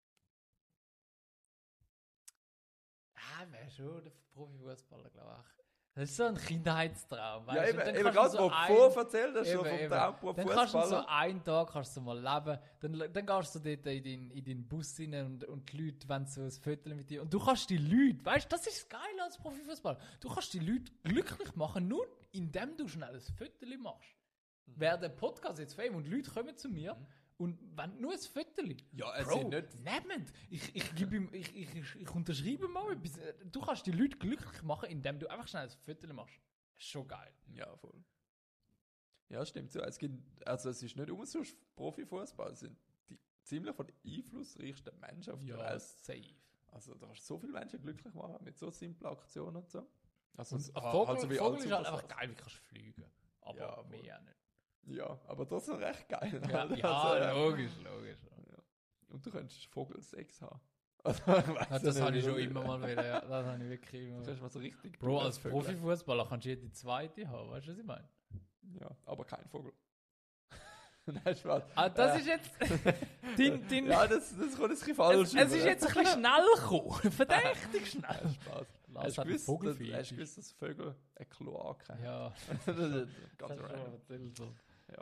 Wäre schon der Profifußballer, glaube ich. Das ist so ein Kindheitstraum. Ja, weißt du? eben, Dann eben kannst gerade, du wo ein- du erzählt hast, schon Eben, vom eben. Traumberuf Dann kannst du so Fußballer. einen Tag kannst du mal leben, dann gehst du dort in den Bus rein und die Leute wollen so ein Viertel mit dir. Und du kannst die Leute, weißt du, das ist das Geile als Profifußballer. Du kannst die Leute glücklich machen, nur indem du schnell ein Viertel machst. Wäre der Podcast jetzt fame und Leute kommen zu mir und wenn nur ein Viertel. Ja, es Bro, sind nicht... nehmend. Ich gebe ihm, ich unterschreibe mal etwas. Du kannst die Leute glücklich machen, indem du einfach schnell ein Viertel machst. Das ist schon geil. Ja, voll. Ja, stimmt so. Es ist nicht umsonst Profifußball, es sind die ziemlich von den einflussreichsten Menschen auf der Welt. safe. Also da kannst du so viele Menschen glücklich machen mit so simplen Aktionen und so. Also Und es- Vogel, halt so wie Vogel alle ist halt einfach Superstars. geil, wie kannst du fliegen. Aber Ja, voll. mehr auch nicht. Ja, aber das ist recht geil. Ja, Also, ja, logisch. Und du könntest Vogelsex haben. Also, ich weiss Ja, das nicht, habe ich wie schon immer mal wieder. Ja, das habe ich wirklich immer Du mal. kannst mal so richtig... Bro, als Vögel. Profifußballer kannst du jede zweite haben, weißt du, was ich meine? Ja, aber kein Vogel. Nein, Spaß. Ah, das ist jetzt. Dein, Ja, das kommt jetzt ein bisschen falsch. es ist rüber. jetzt ein bisschen schnell gekommen. Verdächtig schnell. Spaß. Lass Hast du halt gewusst, Vogelfetisch. hast du gewusst, dass Vögel eine Kloake haben? Ja, Das ist das ganz hast du random. schon erzählt. So.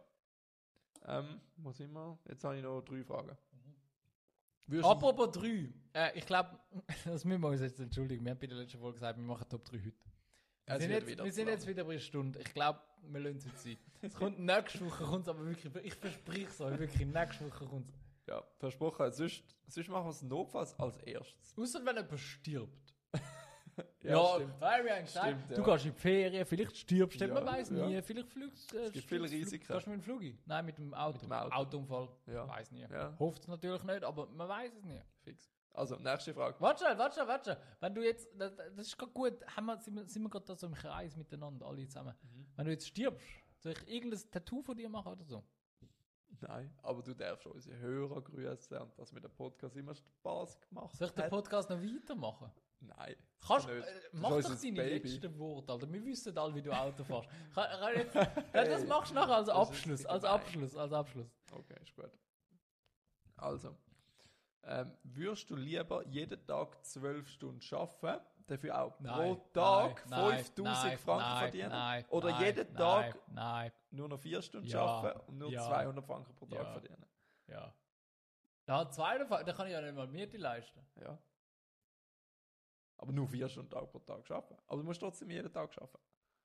Wo sind wir? Jetzt habe ich noch 3 Fragen. Mhm. Würdest du- Apropos 3. Ich glaube, das müssen wir uns jetzt entschuldigen. Wir haben bei der letzten Folge gesagt, wir machen Top 3 heute. Es Wir wird sind, wieder wir zu sind lang. jetzt wieder bei einer Stunde. Ich glaube, wir lassen es jetzt sein. Es kommt nächste Woche, kommt's aber wirklich, ich verspreche es euch, wirklich, nächste Woche kommt es. Ja, versprochen. Sonst machen wir es notfalls als erstes. Außer wenn jemand stirbt. stimmt. weil wir haben gesagt, Stimmt, du ja. gehst in die Ferien, vielleicht stirbst du, Ja, man weiß nie, ja. vielleicht fliegst Es gibt viele Risiken. Gehst du mit dem Flug? Nein, mit dem Auto. Mit dem Auto. Autounfall, Ja. weiß nie. Ja. Hofft es natürlich nicht, aber man weiß es nie. Fix. Also, nächste Frage. Warte schon. Wenn du jetzt, das ist gerade gut, sind wir gerade da so im Kreis miteinander, alle zusammen. Wenn du jetzt stirbst, soll ich irgendein Tattoo von dir machen oder so? Nein, aber du darfst unsere Hörer grüßen und dass mit dem Podcast immer Spaß gemacht Soll ich den hat. Podcast noch weitermachen? Nein. Kannst, nicht. mach Das doch ist deine unser Baby. letzten Worte, Alter. Wir wissen alle, wie du Auto fährst. Kann jetzt, ja, das machst du nachher als Das ist Abschluss, gemein. als Abschluss. Okay, ist gut. Also, würdest du lieber jeden Tag 12 Stunden arbeiten, dafür auch pro Tag 5000 Franken verdienen? Oder jeden Tag Nein, nur noch 4 Stunden Ja, arbeiten und nur ja. 200 Franken pro Tag Ja. verdienen? ja. Ja, zwei davon, da kann ich ja nicht mal Miete leisten. Ja. Aber nur 4 Stunden pro Tag arbeiten. Aber du musst trotzdem jeden Tag arbeiten.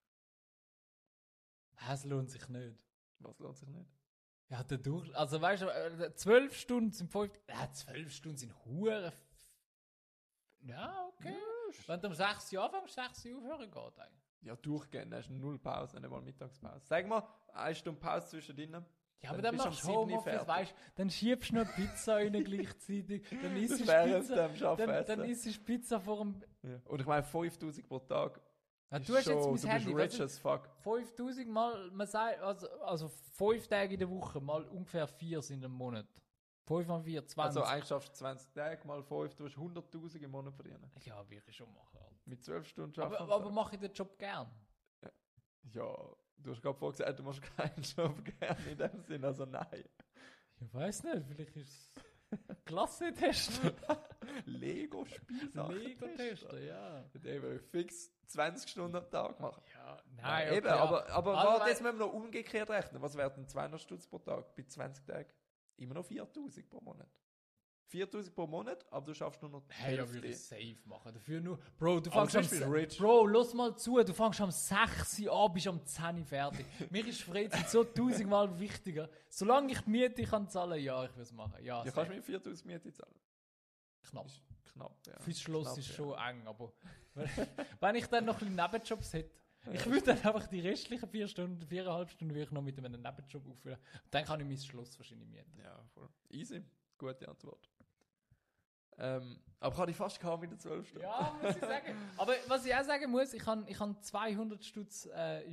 Das lohnt sich nicht. Was lohnt sich nicht? Ja, also weißt du, 12 Stunden sind 5. Ja, 12 Stunden sind Hure. Ja, okay. Wenn du um 6 Uhr anfängst, 6 Uhr aufhören geht eigentlich. Ja, durchgehen, hast du 0 Pause, nicht mal Mittagspause. Sag mal, 1 Stunde Pause zwischen denen. Ja, aber Dann dann bist du machst du um 7 Uhr Homeoffice, fertig. weißt du, dann schiebst du noch Pizza rein gleichzeitig, dann isst du während Pizza, dem Arbeiten dann essen. isst du Pizza vor dem... Ja. Und ich meine, 5000 pro Tag. Ja, ist du hast jetzt schon- mein du Handy, bist rich das as fuck. 5000 Mal, man sagt, also 5 Tage in der Woche, mal ungefähr 4 sind im Monat. 5 mal 4, 20. Also eigentlich schaffst du 20 Tage mal 5, du hast 100'000 im Monat verdienen. Ja, würde ich schon machen. Alter. Mit 12 Stunden arbeiten. Aber mache ich den Job gern? Ja, du hast gerade vorher gesagt, du machst keinen Job gerne in dem Sinn, also nein. Ich weiß nicht, vielleicht ist es Klasse-Testen. Lego-Spielsachen. Lego-Testen, ja. Den will ich fix 20 Stunden am Tag machen. Ja, Ja, nein, eben, okay, aber Also, warte, jetzt müssen wir noch umgekehrt rechnen. Was wären 200 Stutz pro Tag bei 20 Tagen? Immer noch 4'000 pro Monat. 4'000 pro Monat, aber du schaffst nur noch die Hey, ja, Hälfte. würde ich safe machen. Dafür nur... Bro, du Aber fängst du bist rich. Bro, lass mal zu. Du fängst am 6 Uhr an, bist am 10 Uhr fertig. Mir ist Freizeit so 1000-mal wichtiger. Solange ich die Miete kann zahlen, ja, ich will es machen. Ja, Ja, safe. kannst du mir 4'000 Miete zahlen? Knapp. Ist knapp, ja. Fürs Schluss Knapp, ist ja. schon eng, aber... wenn ich dann noch ein bisschen Nebenjobs hätte, ich würde dann einfach die restlichen 4 Stunden, 4,5 Stunden würde ich noch mit einem Nebenjob auffüllen. Und dann kann ich mein Schluss wahrscheinlich mieten. Ja, voll. Easy. Gute Antwort. Aber kann ich fast kaum wieder 12 Stunden. Ja, muss ich sagen. Aber was ich auch sagen muss, ich kann 200 Stutz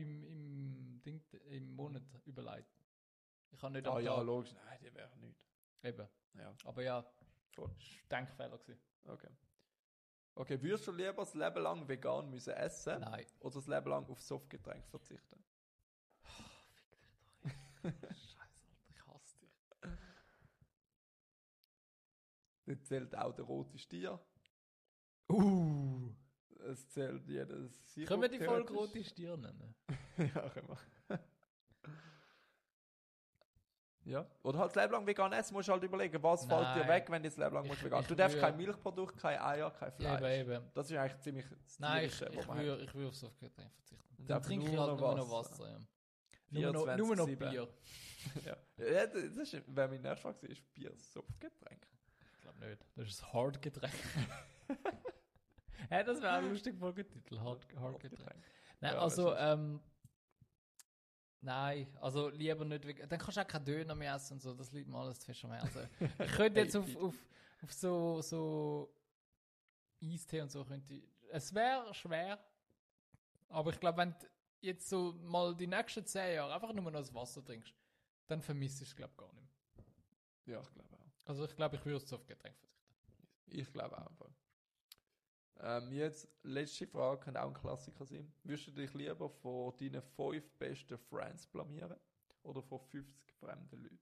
im Monat überleiten. Ich kann nicht am Ja, Tag. logisch. Nein, die wäre nicht. Eben. Ja, Aber ja, voll. Denkfehler gewesen. Okay. Okay, würdest du lieber das Leben lang vegan müssen essen Nein. oder das Leben lang auf Softgetränke verzichten? Scheiße, Alter, ich hasse dich. Dann zählt auch der rote Stier. Es zählt jedes Sirup. Können wir die Folge theoretisch. rote Stirn nennen? Ja, können wir. Ja. Oder halt das Leben lang vegan essen, musst du halt überlegen, was fällt dir Nein. weg, wenn du das Leben lang musst vegan. ich Du darfst würd- kein Milchprodukt, kein Eier, kein Fleisch. Eben. Das ist eigentlich ziemlich das Nein, Tierische, was man hat. ich würde auf Softgetränke verzichten. Und Dann einfach trinke ich nur halt noch nur noch Wasser. Wasser. Ja. Nur noch 24/7. Bier. Ja, das wäre mein nächster Frage, ist Bier Softgetränk? Ich glaube nicht. Das ist ein Hardgetränk. Ja, das wäre ein lustiger Folgetitel. Hardgetränk. Nein, Ja, also, das nein, also lieber nicht. Dann kannst du auch keinen Döner mehr essen und so. Das liegt mir alles zu fest am Herzen. Ich könnte jetzt auf so Eistee und so könnte ich. Es wäre schwer, aber ich glaube, wenn du jetzt so mal die nächsten 10 Jahre einfach nur noch das Wasser trinkst, dann vermisst du es, glaube ich, gar nicht mehr. Ja, ich glaube auch. Also ich glaube, ich würde auf Getränk verzichten. Ich glaube auch. Jetzt, letzte Frage, könnte auch ein Klassiker sein. Würdest du dich lieber von deinen 5 besten Friends blamieren oder von 50 fremden Leuten?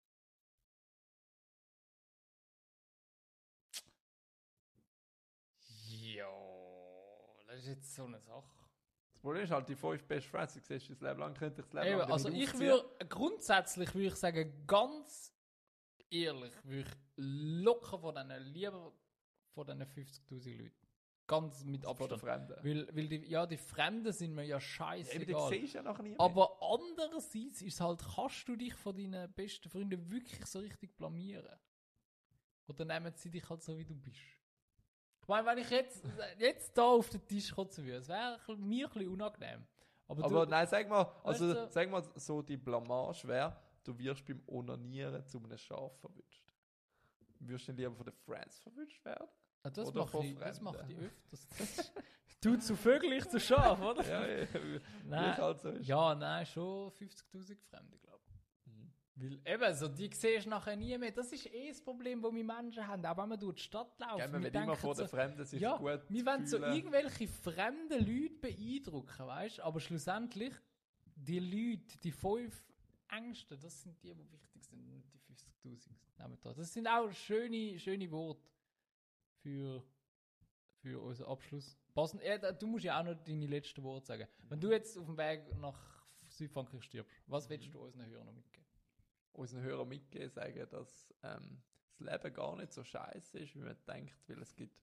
Ja, das ist jetzt so eine Sache. Das Problem ist halt, die 5 besten Friends, du siehst das Leben lang, könnte ich das Leben Eben, lang also damit ich aufziehen. würde grundsätzlich würde ich sagen, ganz ehrlich, würde ich locker lieber von diesen 50.000 Leuten. Ganz mit Von den Abstand. Fremden. Weil die Fremden sind mir ja Ja, eben, scheißegal. die siehst du ja nachher nie mehr. Aber andererseits ist halt, kannst du dich von deinen besten Freunden wirklich so richtig blamieren? Oder nehmen sie dich halt so, wie du bist? Ich meine, wenn ich jetzt da auf den Tisch kotzen würde, es wäre mir ein bisschen unangenehm. Aber nein, sag mal, also Weißt du- sag mal so, die Blamage wäre, du wirst beim Onanieren zu einem Schaf verwünscht. Würdest du denn lieber von den Friends verwünscht werden? Ah, das oder mache von ich, das Fremden. mache ich öfters. Du zu Vögel, ich zu Schaf, oder? Ja, wie es Nein. halt so ist. Ja, nein, schon 50.000 Fremde, glaube ich. Mhm. Weil eben, so, die siehst du nachher nie mehr. Das ist das Problem, das wir Menschen haben. Auch wenn wir durch die Stadt laufen. Ja, man will immer von den Fremden sich ja, gut wir wollen so fühlen. irgendwelche fremden Leute beeindrucken, weißt du? Aber schlussendlich, die Leute, die 5 Ängste, das sind die wichtig sind, nicht die 50.000. Nehmen wir da. Das sind auch schöne Worte für unseren Abschluss. Passend, du musst ja auch noch deine letzten Worte sagen. Wenn du jetzt auf dem Weg nach Südfrankreich stirbst, was willst du unseren Hörern noch mitgeben? Unseren Hörern mitgeben, sagen, dass das Leben gar nicht so scheiße ist, wie man denkt, weil es gibt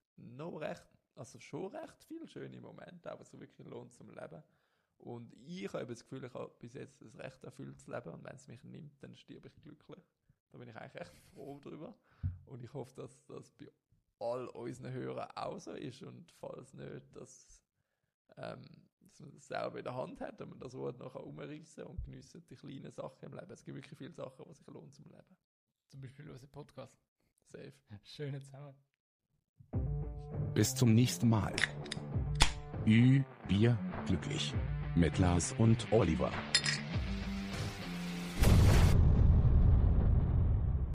schon recht viele schöne Momente, aber so wirklich lohnt zum Leben. Und ich habe das Gefühl, ich habe bis jetzt ein recht erfülltes Leben und wenn es mich nimmt, dann stirb ich glücklich. Da bin ich eigentlich echt froh drüber. Und ich hoffe, dass das bei all unseren Hörern auch so ist und falls nicht, dass man das selber in der Hand hat und man das Ruder nachher umreißen und geniessen die kleinen Sachen im Leben. Es gibt wirklich viele Sachen, die sich lohnen zum Leben. Zum Beispiel unser Podcast. Safe. Schöne zusammen. Bis zum nächsten Mal. Bier glücklich. Mit Lars und Oliver.